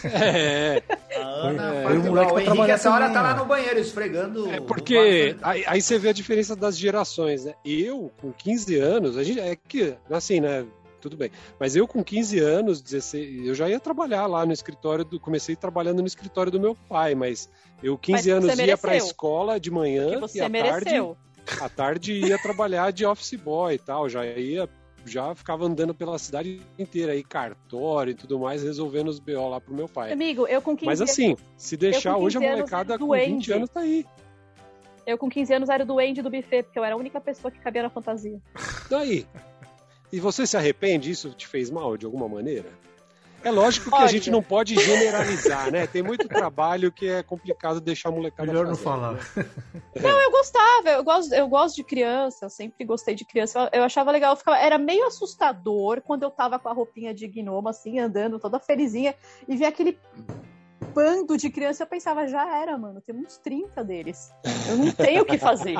É. A Ana, é. o, o, o Henrique essa hora tá lá no banheiro esfregando. É porque aí, aí você vê a diferença das gerações, né? Eu, com quinze anos, a gente é que, assim, né? Tudo bem. Mas eu com quinze anos, dezesseis, eu já ia trabalhar lá no escritório, do, comecei trabalhando no escritório do meu pai, mas eu quinze mas anos ia pra escola de manhã e à tarde, à tarde ia trabalhar de office boy e tal, já ia, já ficava andando pela cidade inteira aí, cartório e tudo mais, resolvendo os B O lá pro meu pai. Amigo, eu com quinze Mas assim, anos, se deixar hoje a molecada com vinte anos tá aí. Eu com quinze anos era o duende do buffet, porque eu era a única pessoa que cabia na fantasia. Daí. E você se arrepende? Isso te fez mal de alguma maneira? É lógico que Olha. a gente não pode generalizar, né? Tem muito trabalho que é complicado deixar a molecada Melhor fazer. não falar. Não, eu gostava, eu gosto, eu gosto de criança, eu sempre gostei de criança, eu, eu achava legal, eu ficava, era meio assustador quando eu tava com a roupinha de gnomo, assim, andando toda felizinha, e via aquele bando de criança, eu pensava, já era, mano, tem uns trinta deles, eu não tenho o que fazer.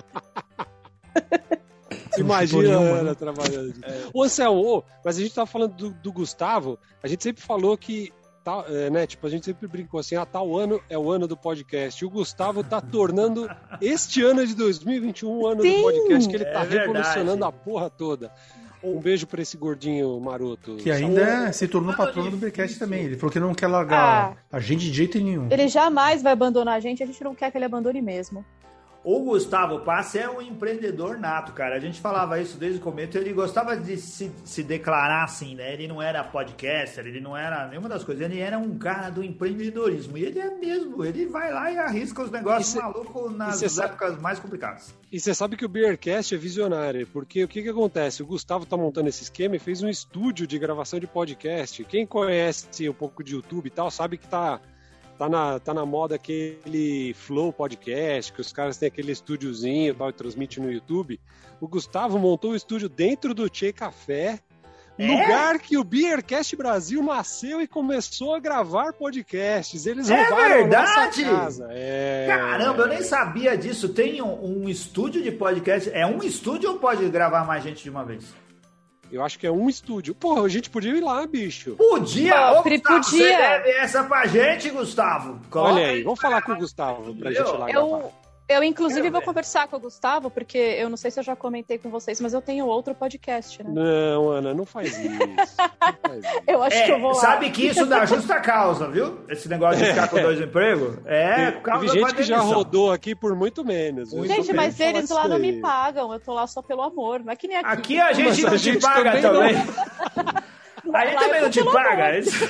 Imagina a Ana trabalhando. É. Ô, Anselmo, mas a gente tava falando do, do Gustavo, a gente sempre falou que, tá, é, né, tipo, a gente sempre brincou assim, ah, tal ano é o ano do podcast. E o Gustavo tá tornando este ano de dois mil e vinte e um o ano Sim, do podcast, que ele tá é revolucionando a porra toda. Um beijo pra esse gordinho maroto. Que ainda é, se tornou patrono do Bearcast também. Ele falou que não quer largar ah, a gente de jeito nenhum. Ele jamais vai abandonar a gente, a gente não quer que ele abandone mesmo. O Gustavo Passe é um empreendedor nato, cara. A gente falava isso desde o começo. Ele gostava de se, se declarar assim, né? Ele não era podcaster, ele não era nenhuma das coisas. Ele era um cara do empreendedorismo. E ele é mesmo. Ele vai lá e arrisca os negócios cê, malucos nas épocas sabe, mais complicadas. E você sabe que o Beercast é visionário. Porque o que que acontece? O Gustavo tá montando esse esquema e fez um estúdio de gravação de podcast. Quem conhece um pouco de YouTube e tal, sabe que tá... Tá na, tá na moda aquele Flow Podcast, que os caras têm aquele estúdiozinho e tal, e transmite no YouTube. O Gustavo montou o estúdio dentro do Tchê Café, é? lugar que o Beercast Brasil nasceu e começou a gravar podcasts. Eles roubaram é verdade? a nossa casa. É... Caramba, eu nem sabia disso. Tem um, um estúdio de podcast. É um estúdio ou pode gravar mais gente de uma vez? Eu acho que é um estúdio. Porra, a gente podia ir lá, bicho. Podia! Ô, Ô, Gustavo, podia. Você deve essa pra gente, Gustavo. Coloca Olha aí, vamos falar com o Gustavo pra gente ir lá eu, gravar. Eu, inclusive, vou conversar com o Gustavo, porque eu não sei se eu já comentei com vocês, mas eu tenho outro podcast, né? Não, Ana, não faz isso. Não faz isso. Eu acho é, que eu vou lá. Sabe que isso dá justa causa, viu? Esse negócio de ficar com dois empregos. É, por causa Teve gente que já rodou aqui por muito menos. Gente, mas eles lá não me pagam. Eu tô lá só pelo amor. Não é que nem aqui. Aqui a gente não te paga também. Aí também não te paga.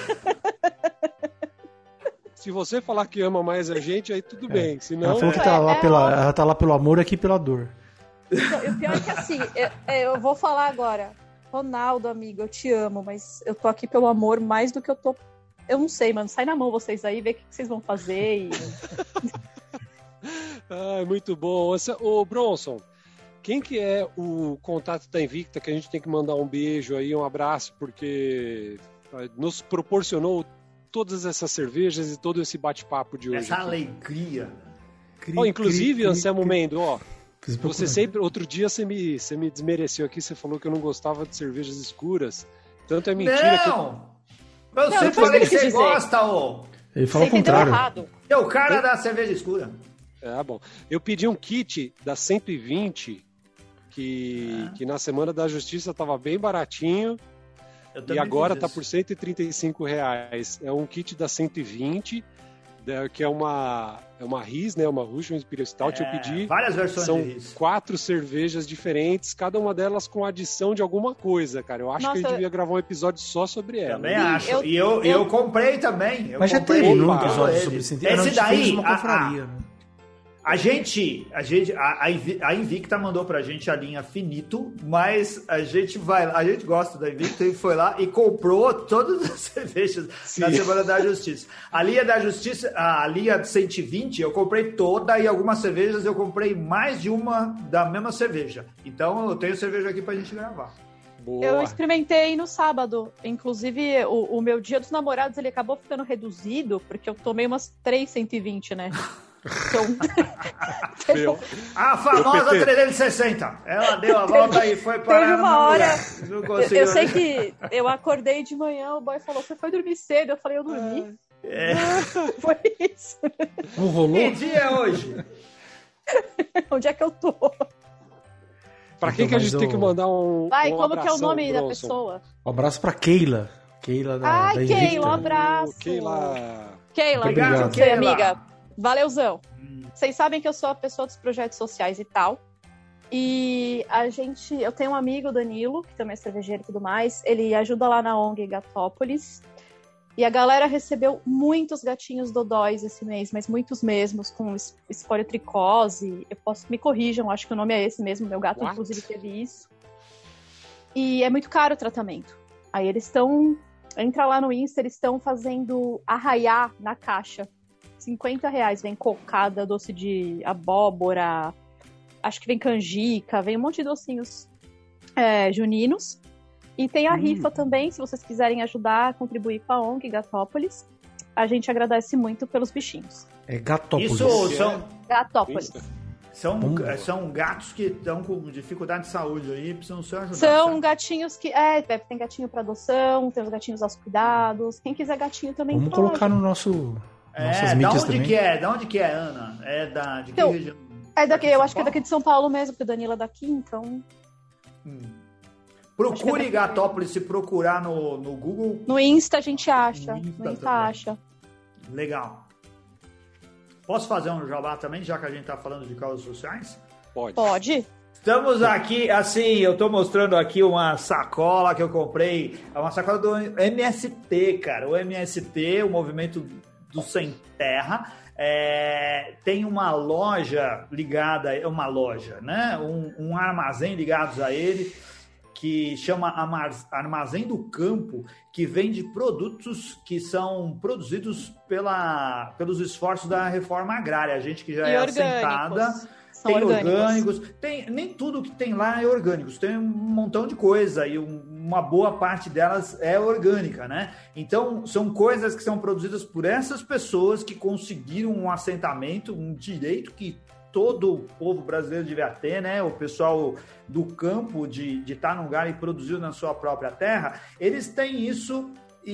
Se você falar que ama mais a gente, aí tudo é. bem. Senão... Ela falou que tá, lá é, pela, ela tá lá pelo amor, aqui pela dor. Então, o pior é que assim, eu, eu vou falar agora. Ronaldo, amigo, eu te amo, mas eu tô aqui pelo amor mais do que eu tô... Eu não sei, mano. Sai na mão vocês aí, vê o que vocês vão fazer e... ah, muito bom. Ô, Bronson, quem que é o contato da Invicta que a gente tem que mandar um beijo aí, um abraço, porque nos proporcionou todas essas cervejas e todo esse bate-papo de hoje. Essa aqui. alegria. Cri, oh, inclusive, cri, Anselmo cri, Mendo, ó, você sempre, outro dia você me, você me desmereceu aqui, você falou que eu não gostava de cervejas escuras. Tanto é mentira não. que... Eu não! Eu sempre falei que você gosta, ô! Ele falou o contrário. É o cara eu... da cerveja escura. É, bom. Eu pedi um kit da cento e vinte, que, ah. que na Semana da Justiça tava bem baratinho. E agora tá por cento e trinta e cinco reais. É um kit da cento e vinte, que é uma, é uma Riz, né? Uma Russian Imperial Stout. É, eu pedi. Várias versões São de Riz. quatro cervejas diferentes, cada uma delas com adição de alguma coisa, cara. Eu acho Nossa, que a gente devia gravar um episódio só sobre ela. Também acho. Eu, e eu, eu, eu comprei também. Eu Mas já comprei teve um episódio sobre isso. Esse daí, uma confraria, a, né? A gente, a gente, a, a Invicta mandou pra gente a linha Finito, mas a gente vai, a gente gosta da Invicta e foi lá e comprou todas as cervejas Sim. na Semana da Justiça. A linha da Justiça, a linha cento e vinte, eu comprei toda e algumas cervejas eu comprei mais de uma da mesma cerveja. Então eu tenho cerveja aqui pra gente gravar. Boa. Eu experimentei no sábado. Inclusive, o, o meu dia dos namorados ele acabou ficando reduzido porque eu tomei umas três cento e vinte, né? Então, a famosa trezentos e sessenta. Ela deu a volta e foi para Teve uma hora. Eu, eu sei que eu acordei de manhã, o boy falou: você foi dormir cedo? Eu falei: eu dormi. É. Foi isso. Não rolou? Que dia é hoje? Onde é que eu tô? Pra quem então, que a gente eu... tem que mandar um. Vai, um como que é o nome Bronson. da pessoa? Um abraço pra Keila. Keila da, Ai, da Invicta. Keila, um abraço. Keila. Keila, obrigado, você, amiga. Valeuzão. Vocês sabem que eu sou a pessoa dos projetos sociais e tal. E a gente... Eu tenho um amigo, Danilo, que também é cervejeiro e tudo mais. Ele ajuda lá na O N G Gatópolis. E a galera recebeu muitos gatinhos dodóis esse mês, mas muitos mesmos, com esporotricose. Eu posso... Me corrijam, acho que o nome é esse mesmo. Meu gato, What? inclusive, teve isso. E é muito caro o tratamento. Aí eles estão... Entra lá no Insta, eles estão fazendo arraiá na caixa. cinquenta reais, vem cocada, doce de abóbora, acho que vem canjica, vem um monte de docinhos é, juninos. E tem a hum. rifa também, se vocês quiserem ajudar a contribuir com a O N G Gatópolis. A gente agradece muito pelos bichinhos. É Gatópolis. Isso são... Gatópolis. São, são gatos que estão com dificuldade de saúde aí, precisam ser ajudados. São sabe? gatinhos que... É, tem gatinho para adoção, tem os gatinhos aos cuidados. Quem quiser gatinho também Vamos pode. colocar no nosso... É, da onde também. que é? Da onde que é, Ana? É da de que então, região? É daqui, eu acho que é daqui de São Paulo mesmo, porque o Danilo é daqui, então. Hum. Procure é Gatópolis, se procurar no, no Google. No Insta a gente acha. No Insta, no Insta acha. Legal. Posso fazer um jabá também, já que a gente está falando de causas sociais? Pode. Pode. Estamos aqui, assim, eu estou mostrando aqui uma sacola que eu comprei, é uma sacola do M S T, cara. O M S T, o Movimento do Sem Terra, é, tem uma loja ligada, uma loja, né? Um, um armazém ligados a ele, que chama Armazém do Campo, que vende produtos que são produzidos pela, pelos esforços da reforma agrária. A gente que já e é orgânicos. assentada... São tem orgânicos, orgânicos. Tem, nem tudo que tem lá é orgânicos, tem um montão de coisa e um, uma boa parte delas é orgânica, né? Então, são coisas que são produzidas por essas pessoas que conseguiram um assentamento, um direito que todo o povo brasileiro devia ter, né? O pessoal do campo de estar num lugar e produzir na sua própria terra, eles têm isso.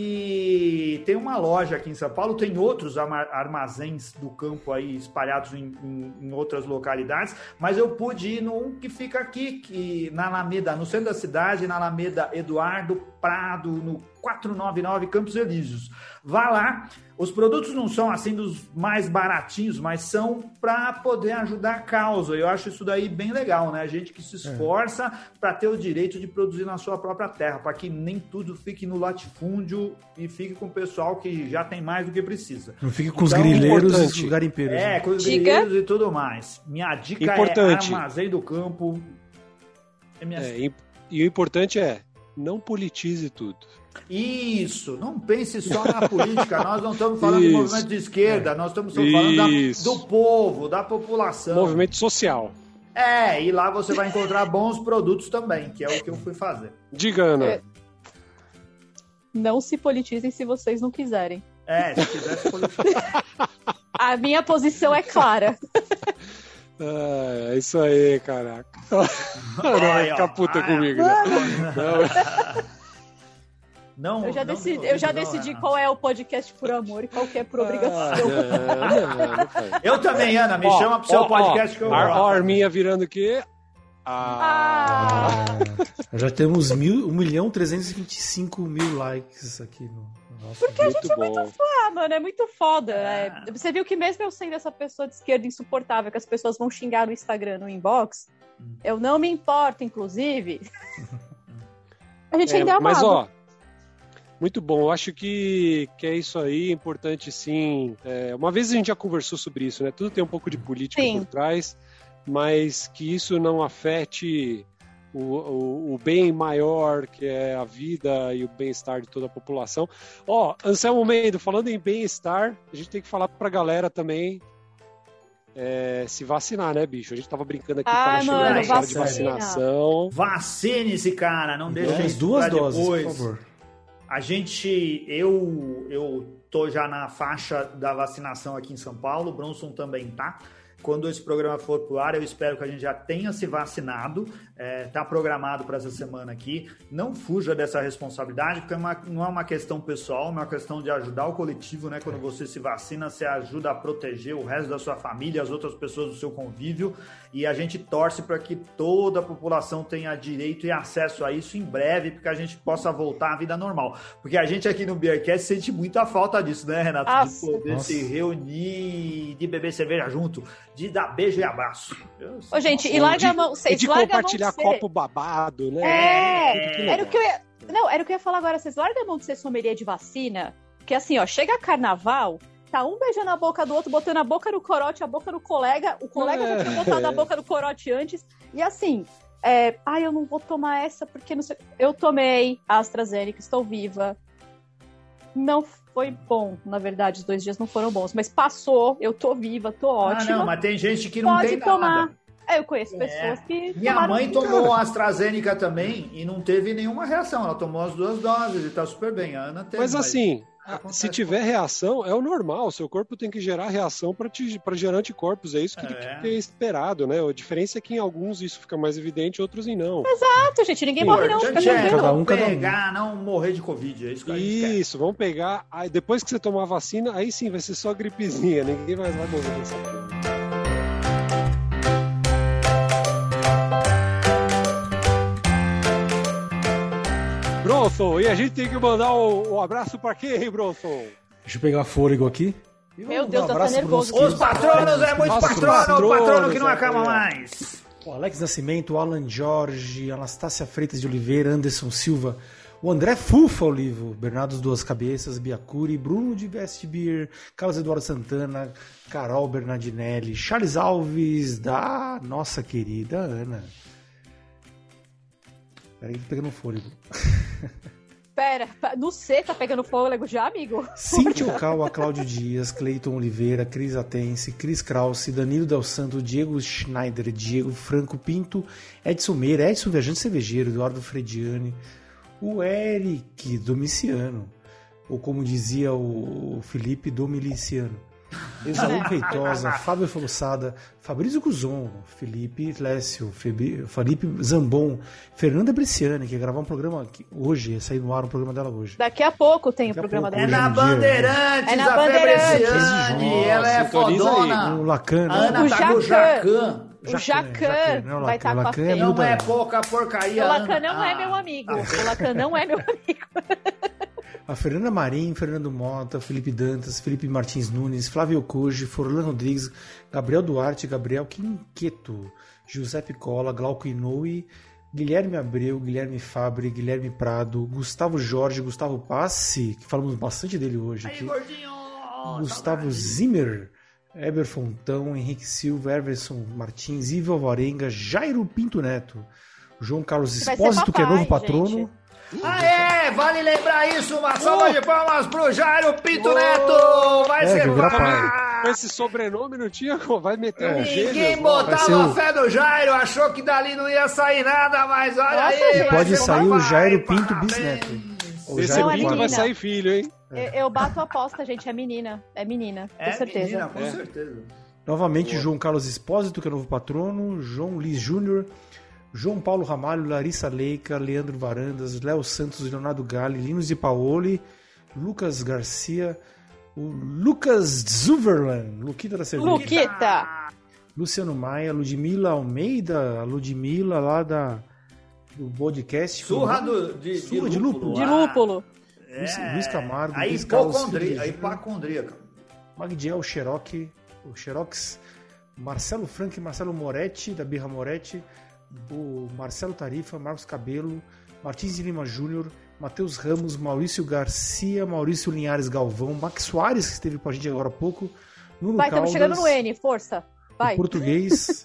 E tem uma loja aqui em São Paulo, tem outros armazéns do campo aí espalhados em, em, em outras localidades, mas eu pude ir num que fica aqui, que, na Alameda, no centro da cidade, na Alameda Eduardo Prado, no quatrocentos e noventa e nove Campos Elíseos. Vá lá, os produtos não são assim dos mais baratinhos, mas são para poder ajudar a causa. Eu acho isso daí bem legal, né? A gente que se esforça é. para ter o direito de produzir na sua própria terra, para que nem tudo fique no latifúndio e fique com o pessoal que já tem mais do que precisa. Não fique com então, os grileiros e os garimpeiros. É, né? com os dica? grileiros e tudo mais. Minha dica importante. é Armazém do Campo. É, e, e o importante é, não politize tudo. Isso, não pense só na política, nós não estamos falando Isso. de movimento de esquerda, nós estamos falando da, do povo, da população. Movimento social. É, e lá você vai encontrar bons produtos também, que é o que eu fui fazer. Diga, Ana. É. Não se politizem se vocês não quiserem. É, se quiser se politizar. A minha posição é clara. É isso aí, caraca. Não vai ficar puta comigo. Né? Não. Não, eu já não, decidi, não, eu já não, decidi não. qual é o podcast por amor e qual que é por obrigação. Ah, não, não, não eu também, Ana, me ó, chama pro seu ó, podcast ó, que eu a, gosto. A Arminha virando o quê? Ah. Ah. Já temos mil, um milhão trezentos e vinte e cinco mil likes aqui no nosso. Porque a gente é muito fã, mano, é muito foda. É. Você viu que mesmo eu sendo essa pessoa de esquerda insuportável, que as pessoas vão xingar no Instagram, no inbox, hum. eu não me importo, inclusive. A gente é, ainda é amado. Mas, ó, muito bom, eu acho que, que é isso aí, importante sim. É, uma vez a gente já conversou sobre isso, né? Tudo tem um pouco de política sim. por trás, mas que isso não afete o, o, o bem maior, que é a vida e o bem-estar de toda a população. Ó, Anselmo Mendo, falando em bem-estar, a gente tem que falar pra galera também é, se vacinar, né, bicho? A gente tava brincando aqui Ai, para mano, chegar de vacinação. Vacine-se, cara, não deixe as duas doses, depois. Por favor. A gente, eu, eu tô já na faixa da vacinação aqui em São Paulo, o Bronson também tá. Quando esse programa for pro ar, eu espero que a gente já tenha se vacinado. É, tá programado para essa semana aqui. Não fuja dessa responsabilidade, porque é uma, não é uma questão pessoal, é uma questão de ajudar o coletivo, né? Quando você se vacina, você ajuda a proteger o resto da sua família, as outras pessoas do seu convívio. E a gente torce para que toda a população tenha direito e acesso a isso em breve, porque a gente possa voltar à vida normal. Porque a gente aqui no Beercast sente muita falta disso, né, Renato? Nossa. De poder Nossa. se reunir, de beber cerveja junto, de dar beijo e abraço. Ô, gente, e larga a mão, vocês de larga compartilhar a mão de copo babado, né? É, era o que eu ia... Não, era o que eu ia falar agora. Vocês largam a mão de ser sommelier de vacina, porque assim, ó, chega carnaval, tá um beijando a boca do outro, botando a boca no corote, a boca no colega, o colega é. já tinha botado a boca no corote antes, e assim, é, ai, eu não vou tomar essa porque não sei... Eu tomei a AstraZeneca, estou viva. Não foi bom, na verdade, os dois dias não foram bons, mas passou, eu tô viva, tô ótima. Ah, não, mas tem gente que não Pode tem tomar. nada. É, eu conheço pessoas é. que... Minha mãe tomou a AstraZeneca também e não teve nenhuma reação. Ela tomou as duas doses e tá super bem. A Ana teve. Mas assim, se tiver reação, é o normal. O seu corpo tem que gerar reação para gerar anticorpos. É isso que, é. que é esperado, né? A diferença é que em alguns isso fica mais evidente, outros em não. Exato, gente. Ninguém morre não. Fica é, cada um, cada um. pegar, não morrer de Covid. É isso que a gente Isso, vamos pegar. Aí, depois que você tomar a vacina, aí sim vai ser só gripezinha. Ninguém mais vai morrer dessa coisa. Bronson, e a gente tem que mandar o, o abraço pra quem, Bronson? Deixa eu pegar fôlego aqui. Meu Deus, um tá nervoso. Os patronos, é muito patrono, o patrono que não acaba mais. O Alex Nascimento, o Alan Jorge, Anastácia Freitas de Oliveira, Anderson Silva, o André Fufa Olivo, Bernardo Duas Cabeças, Biacuri, Bruno de Vestbier, Carlos Eduardo Santana, Carol Bernardinelli, Charles Alves, da nossa querida Ana. Peraí, tô pegando fôlego. Pera, no C tá pegando fôlego já, amigo? Cíntia Ocawa, Cláudio Dias, Cleiton Oliveira, Cris Atense, Cris Krause, Danilo Del Santo, Diego Schneider, Diego Franco Pinto, Edson Meira, Edson Viajante Cervejeiro, Eduardo Frediani, o Eric Domiciano, ou como dizia o Felipe, Domiliciano, Exaú Feitosa, Fábio Fossada, Fabrício Cuzon, Felipe Lécio, Felipe Zambon, Fernanda Bresciani, que ia gravar um programa aqui, hoje, ia sair no ar um programa dela hoje. Daqui a pouco tem o programa dela. É na Bandeirantes, é na a Bandeirantes. Ela é fodona. O Lacan, a Ana tá com o Jacan. O Jacan vai estar com a Fê. Não é pouca porcaria. O Lacan não é meu amigo. O Lacan não é meu amigo. A Fernanda Marim, Fernando Mota, Felipe Dantas, Felipe Martins Nunes, Flávio Koji, Forlan Rodrigues, Gabriel Duarte, Gabriel Quinqueto, Giuseppe Cola, Glauco Inoue, Guilherme Abreu, Guilherme Fabre, Guilherme Prado, Gustavo Jorge, Gustavo Passi, que falamos bastante dele hoje aqui. Aí, gordinho! Gustavo Zimmer, Eber Fontão, Henrique Silva, Everson Martins, Ivo Alvarenga, Jairo Pinto Neto, João Carlos Espósito, que é novo patrono. Gente. Ah, é! Vale lembrar isso! Uma salva de palmas pro Jairo Pinto Neto! Vai é, ser com esse sobrenome não tinha como, vai meter é. um gênio. Ninguém botava a fé no Jairo, achou que dali não ia sair nada, mas olha Nossa, aí! Gente, pode sair o Jairo Pinto Bisneto. Esse Pinto vai sair filho, hein? Eu, eu bato a aposta, gente, é menina. É menina, com é certeza. Menina, com é. certeza. Novamente, Boa. João Carlos Espósito, que é novo patrono, João Liz Júnior, João Paulo Ramalho, Larissa Leica, Leandro Varandas, Léo Santos, Leonardo Galli, Linus de Paoli, Lucas Garcia, o Lucas Zuverland, Luquita da Cerveja. Luquita! Luciano Maia, Ludmila Almeida, a Ludmila lá da, do podcast. Surra do, de, Surra de lúpulo. De lúpulo. É. Luiz Camargo, a Luiz Carlos hipocondria, a hipocondríaca. Magdiel Xerox, o Xerox, Marcelo Frank e Marcelo Moretti, da Birra Moretti, o Marcelo Tarifa, Marcos Cabelo, Martins de Lima Júnior, Matheus Ramos, Maurício Garcia, Maurício Linhares Galvão, Max Soares, que esteve com a gente agora há pouco, Nuno Vai, estamos chegando no N, força. Vai. O português,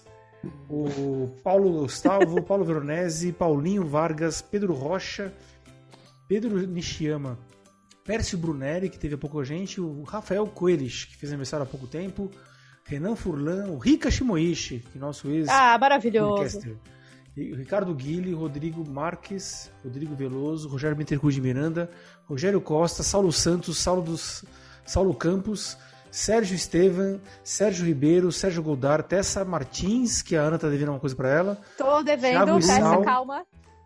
o Paulo Gustavo, Paulo Veronese, Paulinho Vargas, Pedro Rocha, Pedro Nishiyama, Pércio Brunelli, que teve há pouco a gente, o Rafael Coelhos, que fez aniversário há pouco tempo, Renan Furlan, o Rika Shimoishi, que é nosso ex Ah, maravilhoso. Ricardo Guille, Rodrigo Marques, Rodrigo Veloso, Rogério Bittencourt de Miranda, Rogério Costa, Saulo Santos, Saulo, dos, Saulo Campos, Sérgio Estevan, Sérgio Ribeiro, Sérgio Goldar, Tessa Martins, que a Ana tá devendo uma coisa para ela. Tô devendo, Tessa, calma.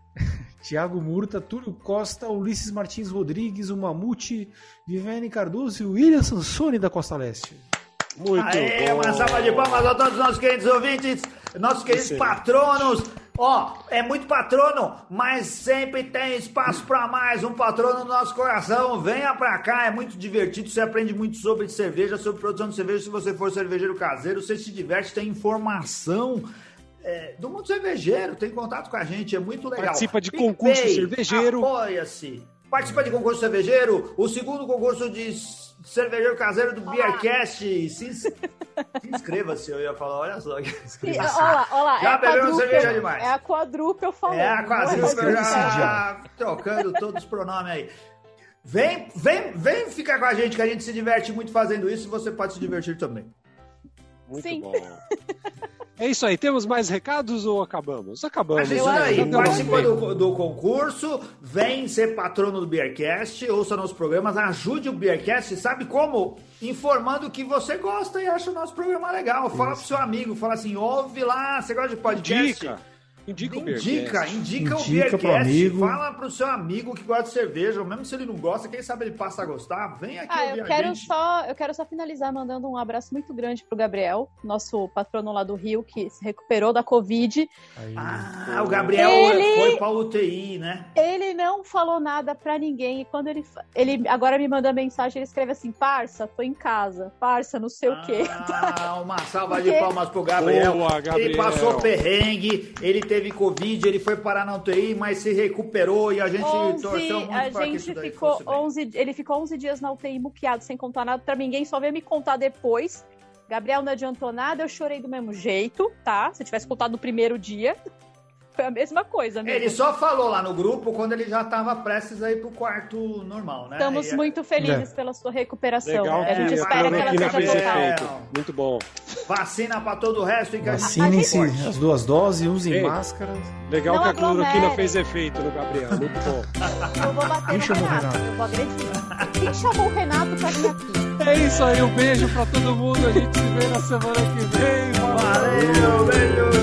Tiago Murta, Túlio Costa, Ulisses Martins Rodrigues, o Mamute, Viviane Cardoso e o William Sansoni da Costa Leste. Muito Aê, bom. Uma salva de palmas a todos os nossos queridos ouvintes, nossos queridos Sim. patronos. Ó, é muito patrono, mas sempre tem espaço para mais. Um patrono no nosso coração. Venha pra cá, é muito divertido. Você aprende muito sobre cerveja, sobre produção de cerveja. Se você for cervejeiro caseiro, você se diverte, tem informação é, do mundo cervejeiro. Tem contato com a gente, é muito legal. Participa de concurso PicPay, cervejeiro. Apoia-se. Participa de concurso cervejeiro. O segundo concurso de cervejeiro caseiro do Beercast. Se, se inscreva-se, eu ia falar, olha só. Olha lá, olha lá. Já é bebemos cerveja demais. É a quadrúpel falando. É a quadrúpel já trocando todos os pronomes aí. Vem, vem, vem ficar com a gente, que a gente se diverte muito fazendo isso e você pode se divertir também. Muito Sim. bom. É isso aí, temos mais recados ou acabamos? Acabamos. É isso aí, né? participa do, do concurso, vem ser patrono do Beercast, ouça nossos programas, ajude o Beercast, sabe como? Informando que você gosta e acha o nosso programa legal. Fala isso. Pro seu amigo, fala assim, ouve lá, você gosta de podcast? Dica. Indica o Indica, Beercast. indica, o Indica pro Beercast. amigo. Fala pro seu amigo que gosta de cerveja, ou mesmo se ele não gosta, quem sabe ele passa a gostar. Vem aqui Ah, ouvir eu a quero, gente. só, eu quero só finalizar mandando um abraço muito grande pro Gabriel, nosso patrono lá do Rio, que se recuperou da Covid. Aí, Ah, o Gabriel Ele- foi pra U T I, né? Ele não falou nada pra ninguém, e quando ele, fa- ele agora me manda mensagem, ele escreve assim, parça, tô em casa, parça, não sei o quê. Ah, uma salva Porque- de palmas pro Gabriel. Boa, Gabriel. Ele passou perrengue, ele teve Covid, ele foi parar na U T I, mas se recuperou e a gente torceu onze, muito a pra que gente isso daí ficou fosse bem. onze, ele ficou onze dias na U T I muqueado, sem contar nada pra ninguém, só veio me contar depois. Gabriel não adiantou nada, eu chorei do mesmo jeito, tá? Se eu tivesse contado no primeiro dia, foi a mesma coisa mesmo. Ele só falou lá no grupo quando ele já tava prestes a ir pro quarto normal, né? Estamos E- muito felizes É. pela sua recuperação. Legal a gente que a espera que ela cloroquina seja fez total. efeito. Muito bom. Vacina pra todo o resto e que a gente vacinem-se forte. as duas doses, usem Ei. máscaras. Legal Não que a cloroquina aglomere. fez efeito no Gabriel. Muito bom. Eu vou bater Quem no chamou o Renato, Renato? eu vou agredir. Quem chamou o Renato pra vir aqui? É isso aí. Um beijo pra todo mundo. A gente se vê na semana que vem. Valeu. Valeu, beijo!